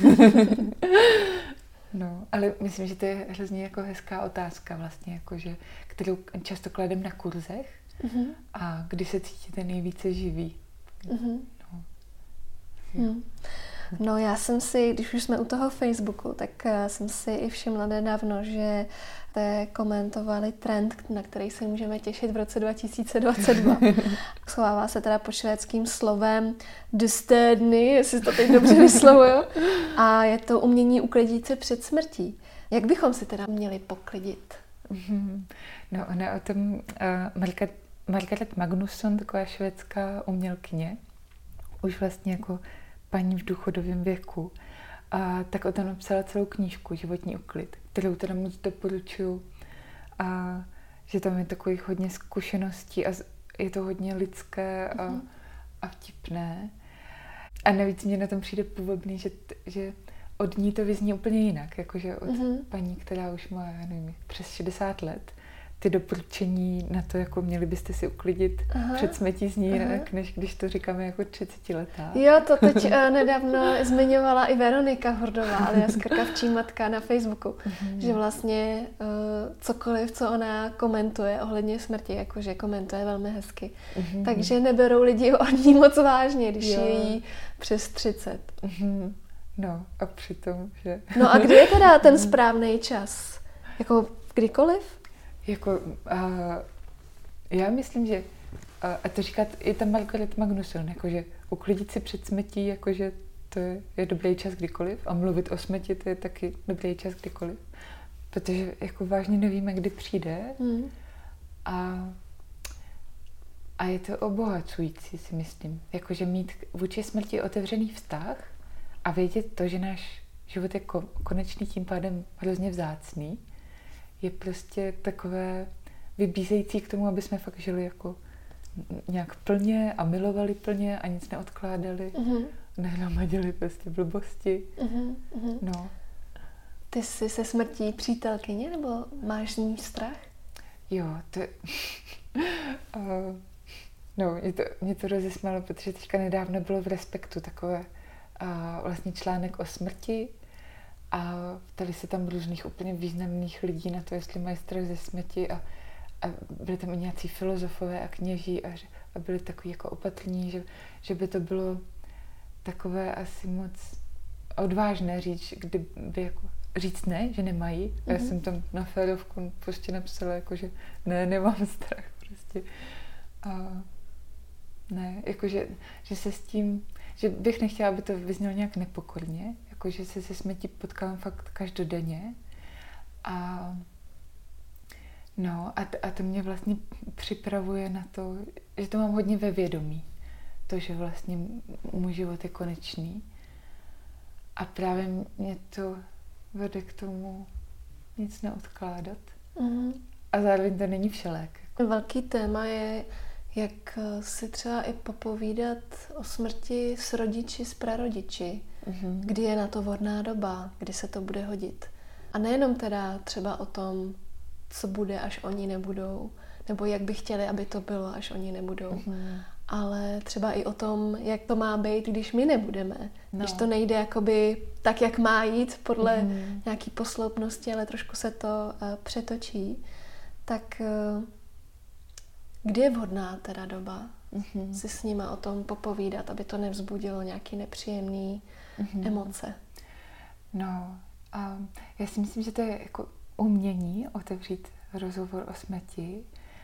No, ale myslím, že to je hrozně jako hezká otázka vlastně, jakože, kterou často kladem na kurzech. Mm-hmm. A kdy se cítíte nejvíce živý. Mm-hmm. No. Hmm. No já jsem si, když už jsme u toho Facebooku, tak jsem si i všimla nedávno, že jste komentovali trend, na který se můžeme těšit v roce dva tisíce dvacet dva. Schovává se teda pod švédským slovem dystédny, jestli to teď dobře vyslovuju. A je to umění uklidit se před smrtí. Jak bychom si teda měli poklidit? No ona o tom uh, Margaret, Margaret Magnusson, taková švédská umělkyně, už vlastně jako paní v důchodovém věku, a tak o tom napsala celou knížku Životní uklid, kterou teda moc doporučuju. A že tam je takových hodně zkušeností a je to hodně lidské a, mm. a vtipné. A navíc mě na tom přijde půvabný, že, že od ní to vyzní úplně jinak, jakože od mm-hmm. paní, která už má, já nevím, přes šedesát let, ty doporučení na to, jako měli byste si uklidit aha, před smrtí zní jinak, než když to říkáme jako třicetiletá. Jo, to teď uh, nedávno zmiňovala i Veronika Hordová, alias Krkavčí matka na Facebooku, mm-hmm. že vlastně uh, cokoliv, co ona komentuje ohledně smrti, jakože komentuje velmi hezky. Mm-hmm. Takže neberou lidi od ní moc vážně, když jo. je jí přes třicet. Mm-hmm. No a přitom, že... No a kdy je teda ten správný čas? Jako kdykoliv? Jako, uh, já myslím, že, uh, a to říká i ta Margaret Magnusson, jakože uklidit si před smrtí, jakože to je, je dobrý čas kdykoliv a mluvit o smrti, to je taky dobrý čas kdykoliv, protože jako vážně nevíme, kdy přijde mm. a, a je to obohacující, si myslím, jakože mít vůči smrti otevřený vztah a vědět to, že náš život je ko- konečný, tím pádem hrozně vzácný, je prostě takové vybízející k tomu, aby jsme fakt žili jako nějak plně a milovali plně a nic neodkládali. Mm-hmm. Nehromadili prostě blbosti. Mm-hmm. No. Ty jsi se smrtí přítelkyně nebo máš z ní strach? Jo, to je... uh, no, mě to, mě to rozesmálo, protože teďka nedávno bylo v Respektu takové uh, vlastně článek o smrti. A ptali se tam různých úplně významných lidí na to, jestli mají strach ze smrti a, a byli tam i nějací filozofové a kněží a, a byli takový jako opatrní, že, že by to bylo takové asi moc odvážné říct, kdyby jako říct ne, že nemají. Mm-hmm. A já jsem tam na férovku prostě napsala jako, že ne, nemám strach prostě. A ne, jakože, že se s tím, že bych nechtěla, aby to vyznělo nějak nepokorně, že se se smrtí potkávám fakt každodenně a no a, t- a to mě vlastně připravuje na to, že to mám hodně ve vědomí, to, že vlastně můj život je konečný a právě mě to vede k tomu nic neodkládat mm. a zároveň to není všelék. Velký téma je, jak si třeba i popovídat o smrti s rodiči, s prarodiči. Mm-hmm. Kdy je na to vhodná doba, kdy se to bude hodit. A nejenom teda třeba o tom, co bude, až oni nebudou, nebo jak by chtěli, aby to bylo, až oni nebudou. Mm-hmm. ale třeba i o tom, jak to má být, když my nebudeme. No. Když to nejde jakoby tak, jak má jít podle mm. nějaký posloupnosti, ale trošku se to uh, přetočí. Tak uh, kdy je vhodná teda doba mm-hmm. si s nima o tom popovídat, aby to nevzbudilo nějaký nepříjemný mm-hmm. emoce? No, a já si myslím, že to je jako umění otevřít rozhovor o smrti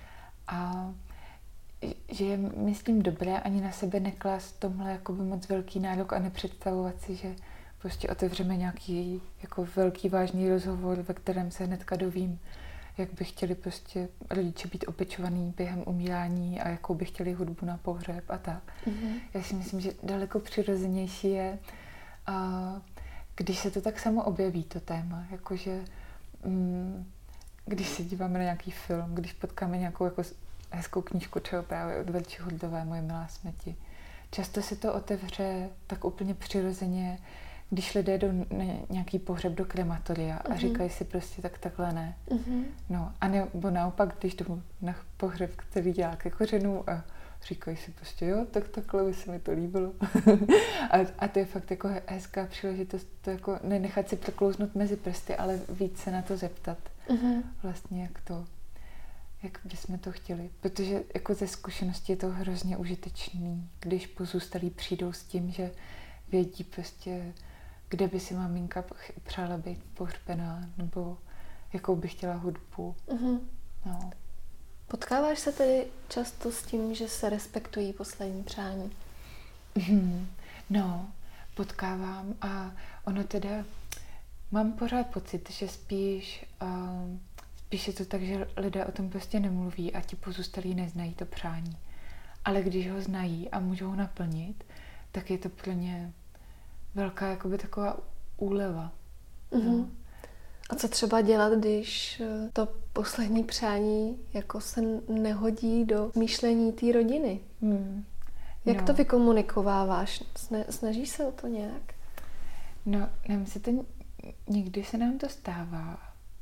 a že je, myslím, dobré ani na sebe neklást tomhle jakoby moc velký nárok a nepředstavovat si, že prostě otevřeme nějaký jako velký vážný rozhovor, ve kterém se hnedka dovím, jak by chtěli prostě rodiče být opečovaný během umírání a jakou by chtěli hudbu na pohřeb a tak. Mm-hmm. Já si myslím, že daleko přirozenější je, a, když se to tak samo objeví, to téma, jakože mm, když se díváme na nějaký film, když potkáme nějakou jako hezkou knížku, třeba právě od Verči Hordové, Moje milá smrti. Často se to otevře tak úplně přirozeně, když lidé jdou na nějaký pohřeb do krematoria a mm-hmm. říkají si prostě tak takhle ne. Mm-hmm. No, a nebo naopak, když jdou na pohřeb, který dělá ke kořenům a říkají si prostě jo, tak takhle by se mi to líbilo. a, a to je fakt jako hezká příležitost to jako nenechat si proklouznout mezi prsty, ale víc se na to zeptat. Mm-hmm. Vlastně jak to jak bychom to chtěli. Protože jako ze zkušenosti je to hrozně užitečný, když pozůstalí přijdou s tím, že vědí prostě, kde by si maminka přála být pohřbená, nebo jakou by chtěla hudbu. Mm-hmm. No. Potkáváš se tedy často s tím, že se respektují poslední přání? Mm-hmm. No, potkávám a ono teda, mám pořád pocit, že spíš um, Spíš je to tak, že lidé o tom prostě nemluví a ti pozůstalí neznají to přání. Ale když ho znají a můžou ho naplnit, tak je to pro ně velká jakoby taková úleva. Mm-hmm. No. A co třeba dělat, když to poslední přání jako se nehodí do myšlení té rodiny? Mm. Jak no. to vykomunikováváš? Snažíš se o to nějak? No, nám se to, někdy se nám to stává.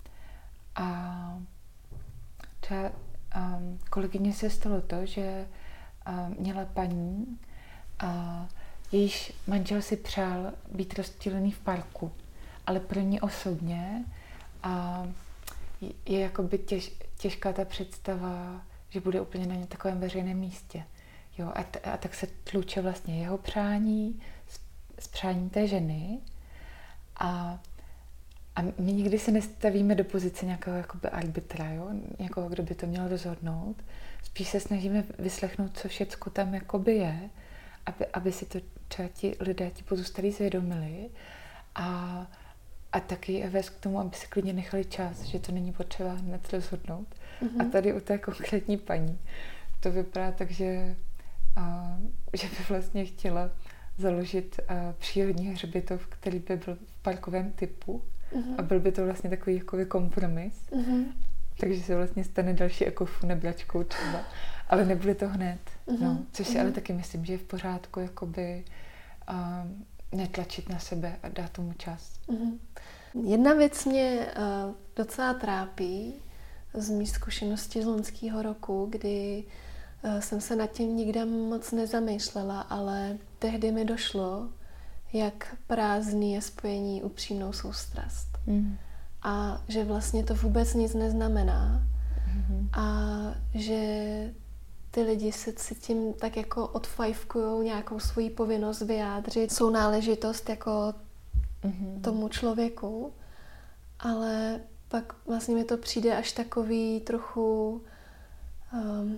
A třeba um, kolegyně se stalo to, že um, měla paní, a jejíž manžel si přál být rozptýlený v parku, ale pro ní osobně a je jakoby těž, těžká ta představa, že bude úplně na ně takovém veřejném místě. Jo, a, t- a tak se tluče vlastně jeho přání s, s přáním té ženy a A my nikdy se nestavíme do pozice nějakého jakoby arbitra, jo? Někoho, kdo by to měl rozhodnout. Spíš se snažíme vyslechnout, co všecko tam jakoby je, aby, aby si to třeba ti lidé, ti pozůstalí zvědomili a, a taky vést k tomu, aby si klidně nechali čas, že to není potřeba hned rozhodnout. Mm-hmm. A tady u té konkrétní paní to vypadá tak, že, a, že by vlastně chtěla založit a, přírodní hřbitov, který by byl v parkovém typu. Uh-huh. A byl by to vlastně takový jakoby kompromis. Uh-huh. Takže se vlastně stane další ekofunebračkou třeba. Ale nebude to hned. Uh-huh. No, což si uh-huh. ale taky myslím, že je v pořádku jakoby um, netlačit na sebe a dát tomu čas. Uh-huh. Jedna věc mě uh, docela trápí z mý zkušenosti z loňského roku, kdy uh, jsem se nad tím nikdy moc nezamýšlela, ale tehdy mi došlo, jak prázdný je spojení upřímnou soustrast. Mm. A že vlastně to vůbec nic neznamená. Mm. A že ty lidi se cítím tak jako odfajfkujou nějakou svoji povinnost vyjádřit svou náležitost jako mm. tomu člověku. Ale pak vlastně mi to přijde až takový trochu um,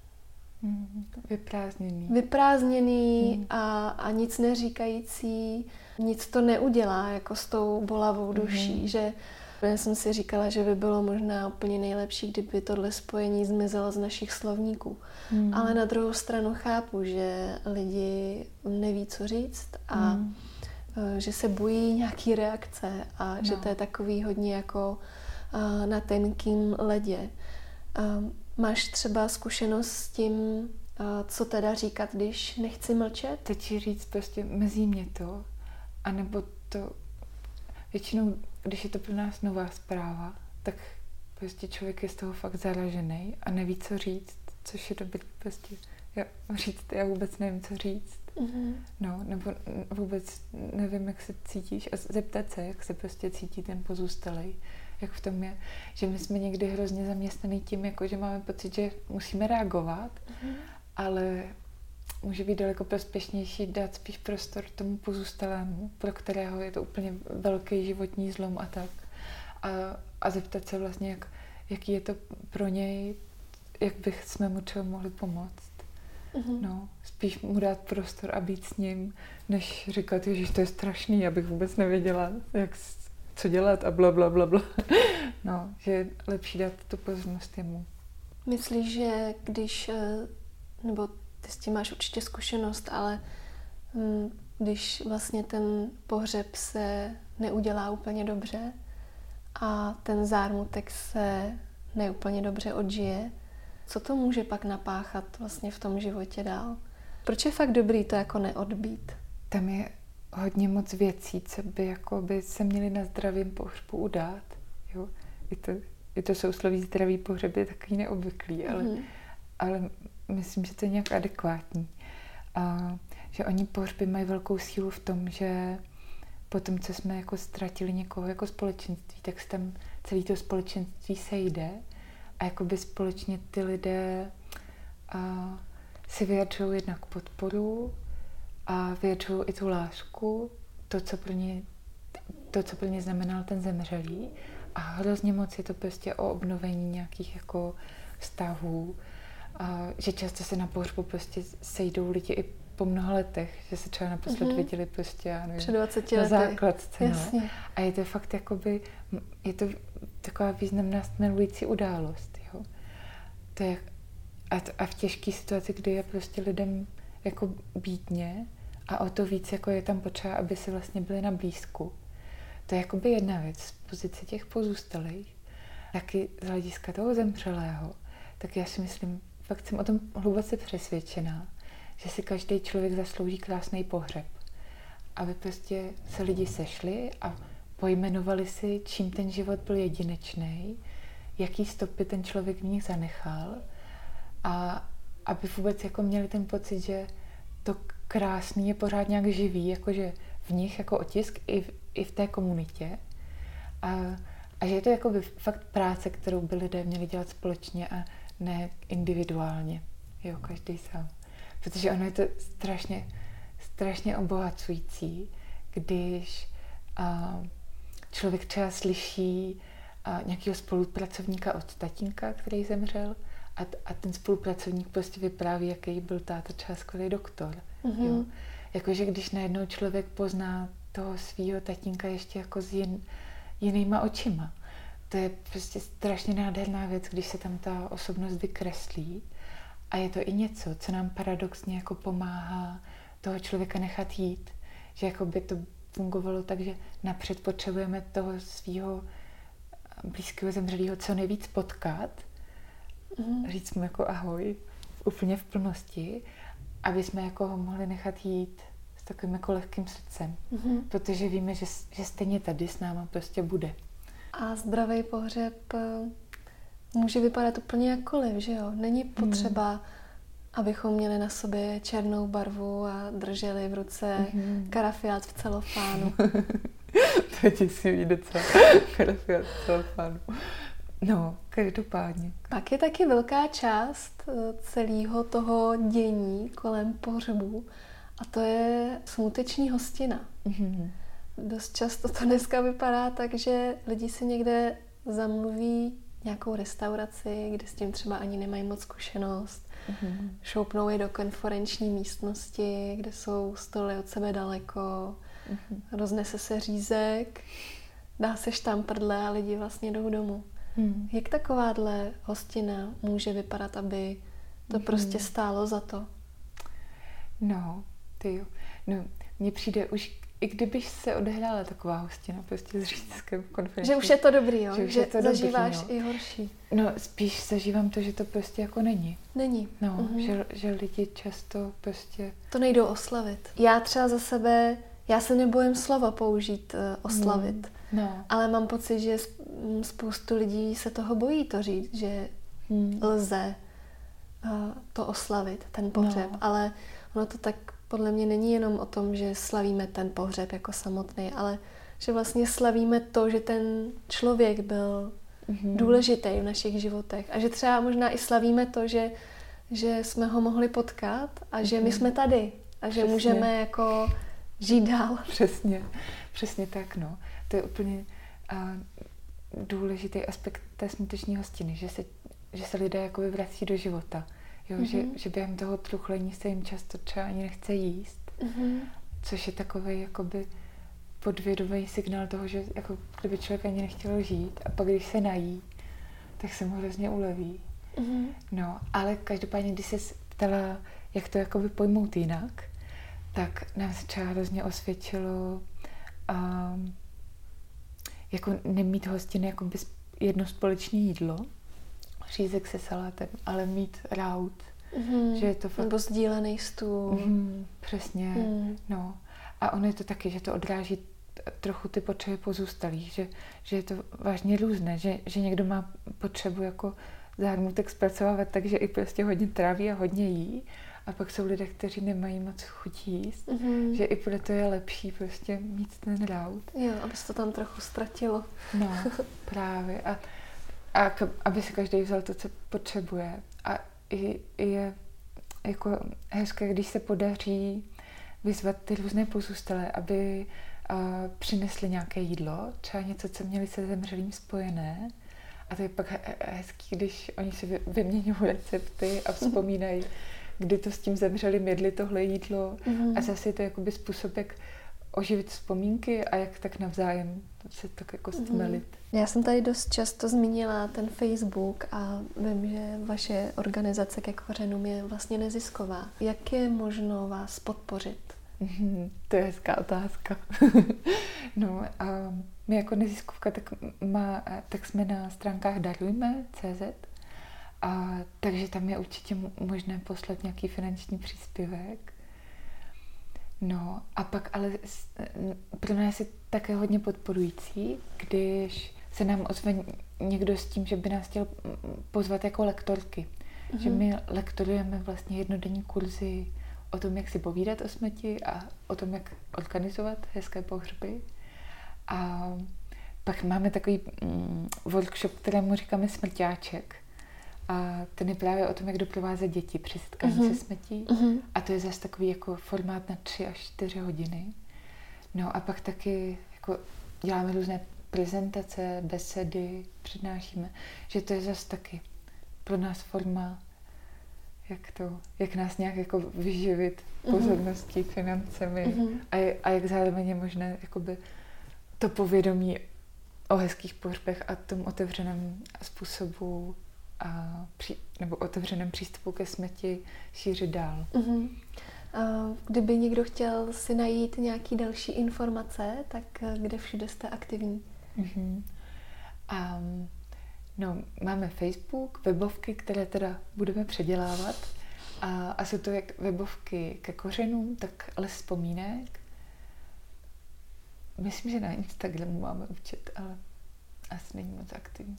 vyprázdněný. Vyprázdněný mm. a, a nic neříkající, nic to neudělá jako s tou bolavou duší, mm. že já jsem si říkala, že by bylo možná úplně nejlepší, kdyby tohle spojení zmizelo z našich slovníků. Mm. Ale na druhou stranu chápu, že lidi neví, co říct a mm. že se bojí nějaký reakce a no. že to je takový hodně jako uh, na tenkým ledě. Um, Máš třeba zkušenost s tím, co teda říkat, když nechci mlčet? Teď si říct prostě mezí mě to, anebo to většinou, když je to pro nás nová zpráva, tak prostě člověk je z toho fakt zaražený a neví, co říct. což je dobrý prostě já, říct, já vůbec nevím, co říct. Mm-hmm. No, nebo vůbec nevím, jak se cítíš a zeptat se, jak se prostě cítí ten pozůstalej. Jak v tom je, že my jsme někdy hrozně zaměstnaný tím, jako že máme pocit, že musíme reagovat, mm-hmm. ale může být daleko prospěšnější dát spíš prostor tomu pozůstalému, pro kterého je to úplně velký životní zlom a tak. A, a zeptat se vlastně, jak, jaký je to pro něj, jak bych jsme mu třeba mohli pomoct. Mm-hmm. No, spíš mu dát prostor a být s ním, než říkat, ježiš, to je strašný, já bych vůbec nevěděla, jak, co dělat a bla, bla, bla, bla. No, že je lepší dát tu pozornost jemu. Myslíš, že když, nebo ty s tím máš určitě zkušenost, ale když vlastně ten pohřeb se neudělá úplně dobře a ten zármutek se neúplně dobře odžije, co to může pak napáchat vlastně v tom životě dál? Proč je fakt dobrý to jako neodbít? Tam je hodně moc věcí, co by, jako by se měly na zdravém pohřbu udát. Jo? I, to, I to sousloví zdravý pohřeb je takový neobvyklý, ale, mm. ale myslím, že to je nějak adekvátní. A že oni pohřby mají velkou sílu v tom, že po tom, co jsme jako ztratili někoho jako společenství, tak se tam celé to společenství sejde a jakoby společně ty lidé a, si vyjadřují jednak podporu a vyjadřují i tu lásku, to, co pro ně, to, co pro ně znamenal ten zemřelý. A hrozně moc je to prostě o obnovení nějakých jako vztahů, a, že často se na pohřbu prostě sejdou lidi i po mnoha letech, že se třeba naposled mm-hmm. viděli prostě, já nevím, před dvaceti na lety. základce. No. A je to fakt jakoby, je to taková významná stmelující událost. Jo. To je, a, a v těžké situaci, kdy je prostě lidem jako bídně a o to víc jako je tam potřeba, aby si vlastně byli na blízku. To je jakoby jedna věc z pozice těch pozůstalých, taky z hlediska toho zemřelého. Tak já si myslím, fakt jsem o tom hluboce přesvědčená, že si každý člověk zaslouží krásný pohřeb. Aby prostě se lidi sešli a pojmenovali si, čím ten život byl jedinečný, jaký stopy ten člověk v nich zanechal a aby vůbec jako měli ten pocit, že to krásný je pořád nějak živý, jakože v nich jako otisk i v, i v té komunitě. A, a že je to jakoby fakt práce, kterou by lidé měli dělat společně a ne individuálně. Jo, každý sám. Protože ono je to strašně, strašně obohacující, když a, člověk třeba slyší a, nějakého spolupracovníka od tatínka, který zemřel, a, a ten spolupracovník prostě vypráví, jaký byl táta třeba skvělý doktor. Mm-hmm. Jo. Jakože když najednou člověk pozná toho svýho tatínka ještě jako s jin, jinýma očima. To je prostě strašně nádherná věc, když se tam ta osobnost vykreslí. A je to i něco, co nám paradoxně jako pomáhá toho člověka nechat jít. Že jako by to fungovalo tak, že napřed potřebujeme toho svého blízkého zemřelého co nejvíc potkat, mm. říct mu jako ahoj, úplně v plnosti, aby jsme jako ho mohli nechat jít s takovým jako lehkým srdcem. Mm. Protože víme, že, že stejně tady s náma prostě bude. A zdravý pohřeb může vypadat úplně jakkoliv, že jo? Není potřeba, mm. abychom měli na sobě černou barvu a drželi v ruce mm. karafiát v celofánu. To je děsivý docela. Karafiát v celofánu. No, každopádně. Pak je taky velká část celého toho dění kolem pohřbu a to je smuteční hostina. Mm. Dost často to dneska vypadá tak, že lidi si někde zamluví nějakou restauraci, kde s tím třeba ani nemají moc zkušenost. Mm-hmm. Šoupnou je do konferenční místnosti, kde jsou stoly od sebe daleko, mm-hmm. roznese se řízek, dá se štamprdle a lidi vlastně jdou domů. Mm. Jak takováhle hostina může vypadat, aby to mm-hmm. prostě stálo za to? No, ty jo. No, mně přijde už i kdybyš se odehrála taková hostina prostě s řízkem konferenční. Že už je to dobrý, jo? Že, že to zažíváš dobrý, i horší. No, spíš zažívám to, že to prostě jako není. Není. No, mm-hmm. že, že lidi často prostě... To nejdou oslavit. Já třeba za sebe, já se nebojím slova použít uh, oslavit. Mm. No. Ale mám pocit, že spoustu lidí se toho bojí to říct, že mm. lze to oslavit, ten pohřeb, no. Ale ono to tak podle mě není jenom o tom, že slavíme ten pohřeb jako samotný, ale že vlastně slavíme to, že ten člověk byl mm-hmm. důležitý v našich životech a že třeba možná i slavíme to, že, že jsme ho mohli potkat a že mm-hmm. my jsme tady a že Přesně. můžeme jako žít dál. Přesně, přesně tak, no. To je úplně a, důležitý aspekt té smuteční hostiny, že se, že se lidé jakoby vrací do života. Jo, mm-hmm. že, že během toho truchlení se jim často třeba ani nechce jíst, mm-hmm. což je takový jakoby podvědomý signál toho, že jako kdyby člověk ani nechtěl žít a pak když se nají, tak se mu hrozně uleví. Mm-hmm. No, ale každopádně, když se ptala, jak to jakoby pojmout jinak, tak nám se třeba hrozně osvědčilo um, jako nemít hostiny jakoby jedno společné jídlo, řízek se salátem, ale mít raut. Mm-hmm. Že je to fakt... Nebo sdílený stůl. Mm, přesně, mm. no. A ono je to taky, že to odráží trochu ty potřeby pozůstalých, že, že je to vážně různé, že, že někdo má potřebu jako zármutek zpracovávat, takže i prostě hodně tráví a hodně jí. A pak jsou lidé, kteří nemají moc chuť jíst, mm-hmm. že i proto je lepší prostě mít ten raut. Jo, aby se to tam trochu ztratilo. No, právě. A, a k, aby si každý vzal to, co potřebuje. A i, i je jako hezké, když se podaří vyzvat ty různé pozůstalé, aby uh, přinesli nějaké jídlo, třeba něco, co měli se zemřelým spojené. A to je pak hezký, když oni si vyměňují recepty a vzpomínají, kdy to s tím zemřelým jedli tohle jídlo. Mm-hmm. A zase je to jakoby způsob, jak oživit vzpomínky a jak tak navzájem se tak jako stmelit. Mm. Já jsem tady dost často zmínila ten Facebook a vím, že vaše organizace Ke kořenům je vlastně nezisková. Jak je možno vás podpořit? Mm, to je hezká otázka. No a my jako neziskovka tak, má, tak jsme na stránkách darujme tečka cé zet, a takže tam je určitě možné poslat nějaký finanční příspěvek. No a pak ale pro nás je také hodně podporující, když se nám ozve někdo s tím, že by nás chtěl pozvat jako lektorky. Mm-hmm. Že my lektorujeme vlastně jednodenní kurzy o tom, jak si povídat o smrti a o tom, jak organizovat hezké pohřby. A pak máme takový mm, workshop, kterému říkáme smrťáček. A ten je právě o tom, jak doprovázet děti při setkání uh-huh. se smrtí. Uh-huh. A to je zase takový jako formát na tři až čtyři hodiny. No a pak taky jako děláme různé prezentace, besedy, přednášíme. Že to je zase taky pro nás forma, jak to, jak nás nějak jako vyživit pozorností, uh-huh. financemi uh-huh. a, a jak zároveň je možné jakoby to povědomí o hezkých pohřbech a tom otevřeném způsobu a při, nebo otevřeném přístupu ke smrti šířit dál. Uh-huh. A kdyby někdo chtěl si najít nějaký další informace, tak kde všude jste aktivní? Uh-huh. Um, no, máme Facebook, webovky, které teda budeme předělávat a, a jsou to jak webovky ke kořenům, tak Les vzpomínek. Myslím, že na Instagramu máme účet, ale asi není moc aktivní.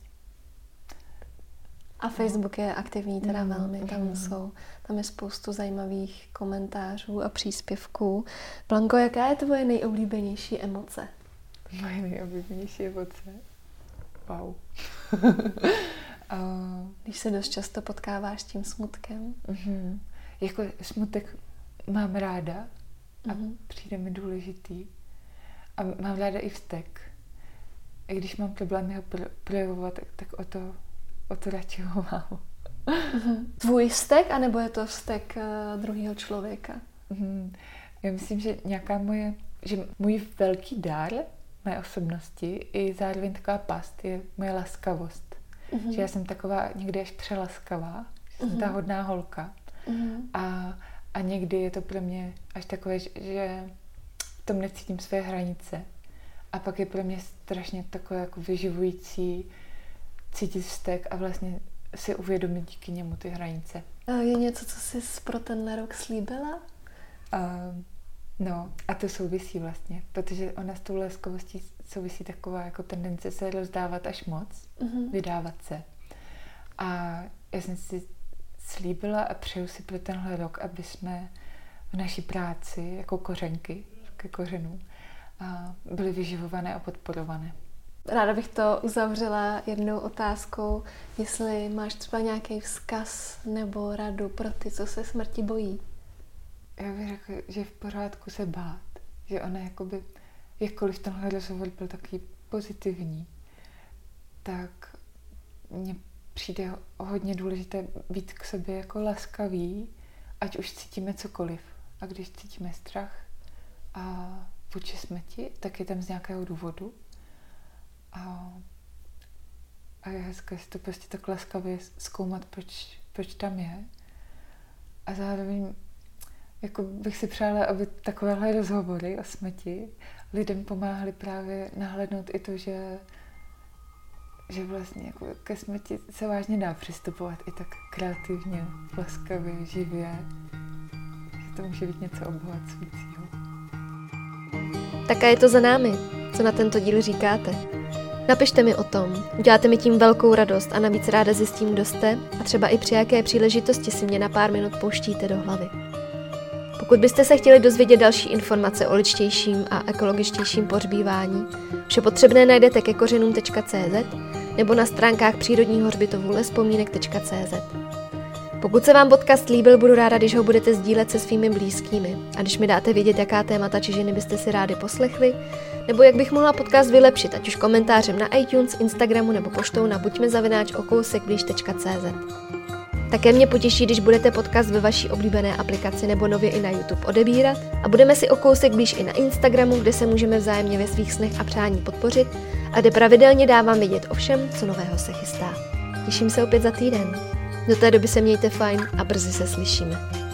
A Facebook je aktivní teda no, velmi, tam no. jsou, tam je spoustu zajímavých komentářů a příspěvků. Blanko, jaká je tvoje nejoblíbenější emoce? Moje nejoblíbenější emoce? Wow. a... Když se dost často potkáváš s tím smutkem? Uh-huh. Jako smutek mám ráda a uh-huh. přijde mi důležitý. A mám ráda i vztek. I když mám problémy ho projevovat, tak, tak o to O to radši ho mám. Mm-hmm. Tvůj vztek, anebo je to vztek uh, druhého člověka? Mm-hmm. Já myslím, že nějaká moje, že můj velký dar mé osobnosti i zároveň taková past je moje laskavost. Mm-hmm. Že já jsem taková někdy až přelaskavá, že jsem mm-hmm. ta hodná holka. Mm-hmm. A, a někdy je to pro mě až takové, že v tom necítím své hranice. A pak je pro mě strašně takové jako vyživující cítit vztek a vlastně si uvědomit díky němu ty hranice. Je něco, co jsi pro tenhle rok slíbila? Uh, no a to souvisí vlastně, protože ona s tou laskavostí souvisí taková jako tendence se rozdávat až moc, uh-huh. vydávat se. A já jsem si slíbila a přeju si pro tenhle rok, aby jsme v naší práci jako kořenky ke kořenům a byly vyživované a podporované. Ráda bych to uzavřela jednou otázkou, jestli máš třeba nějaký vzkaz nebo radu pro ty, co se smrti bojí. Já bych řekla, že je v pořádku se bát, že ona jakoby, jakkoliv tenhle rozhovor byl takový pozitivní, tak mně přijde hodně důležité být k sobě jako laskavý, ať už cítíme cokoliv. A když cítíme strach a vůči smrti, tak je tam z nějakého důvodu. A, a je hezké si to prostě tak laskavě zkoumat, proč, proč tam je. A zároveň jako bych si přála, aby takovéhle rozhovory o smrti lidem pomáhaly právě nahlédnout i to, že, že vlastně jako ke smrti se vážně dá přistupovat i tak kreativně, laskavě, živě. Že to může být něco obohacujícího. Také je to za námi. Co na tento díl říkáte? Napište mi o tom, uděláte mi tím velkou radost a navíc ráda zjistím, kdo jste a třeba i při jaké příležitosti si mě na pár minut pouštíte do hlavy. Pokud byste se chtěli dozvědět další informace o ličtějším a ekologičtějším pohřbívání, vše potřebné najdete ke kořenům tečka cé zet nebo na stránkách přírodního hřbitovu lespominek tečka cé zet. Pokud se vám podcast líbil, budu ráda, když ho budete sdílet se svými blízkými a když mi dáte vědět, jaká témata či ženy byste si rádi poslechli, nebo jak bych mohla podcast vylepšit, ať už komentářem na iTunes, Instagramu nebo poštou na buďme zavináč o kousek blíž tečka cé zet. Také mě potěší, když budete podcast ve vaší oblíbené aplikaci nebo nově i na YouTube odebírat a budeme si o kousek blíž i na Instagramu, kde se můžeme vzájemně ve svých snech a přání podpořit a kde pravidelně dávám vědět o všem, co nového se chystá. Těším se opět za týden. Do té doby se mějte fajn a brzy se slyšíme.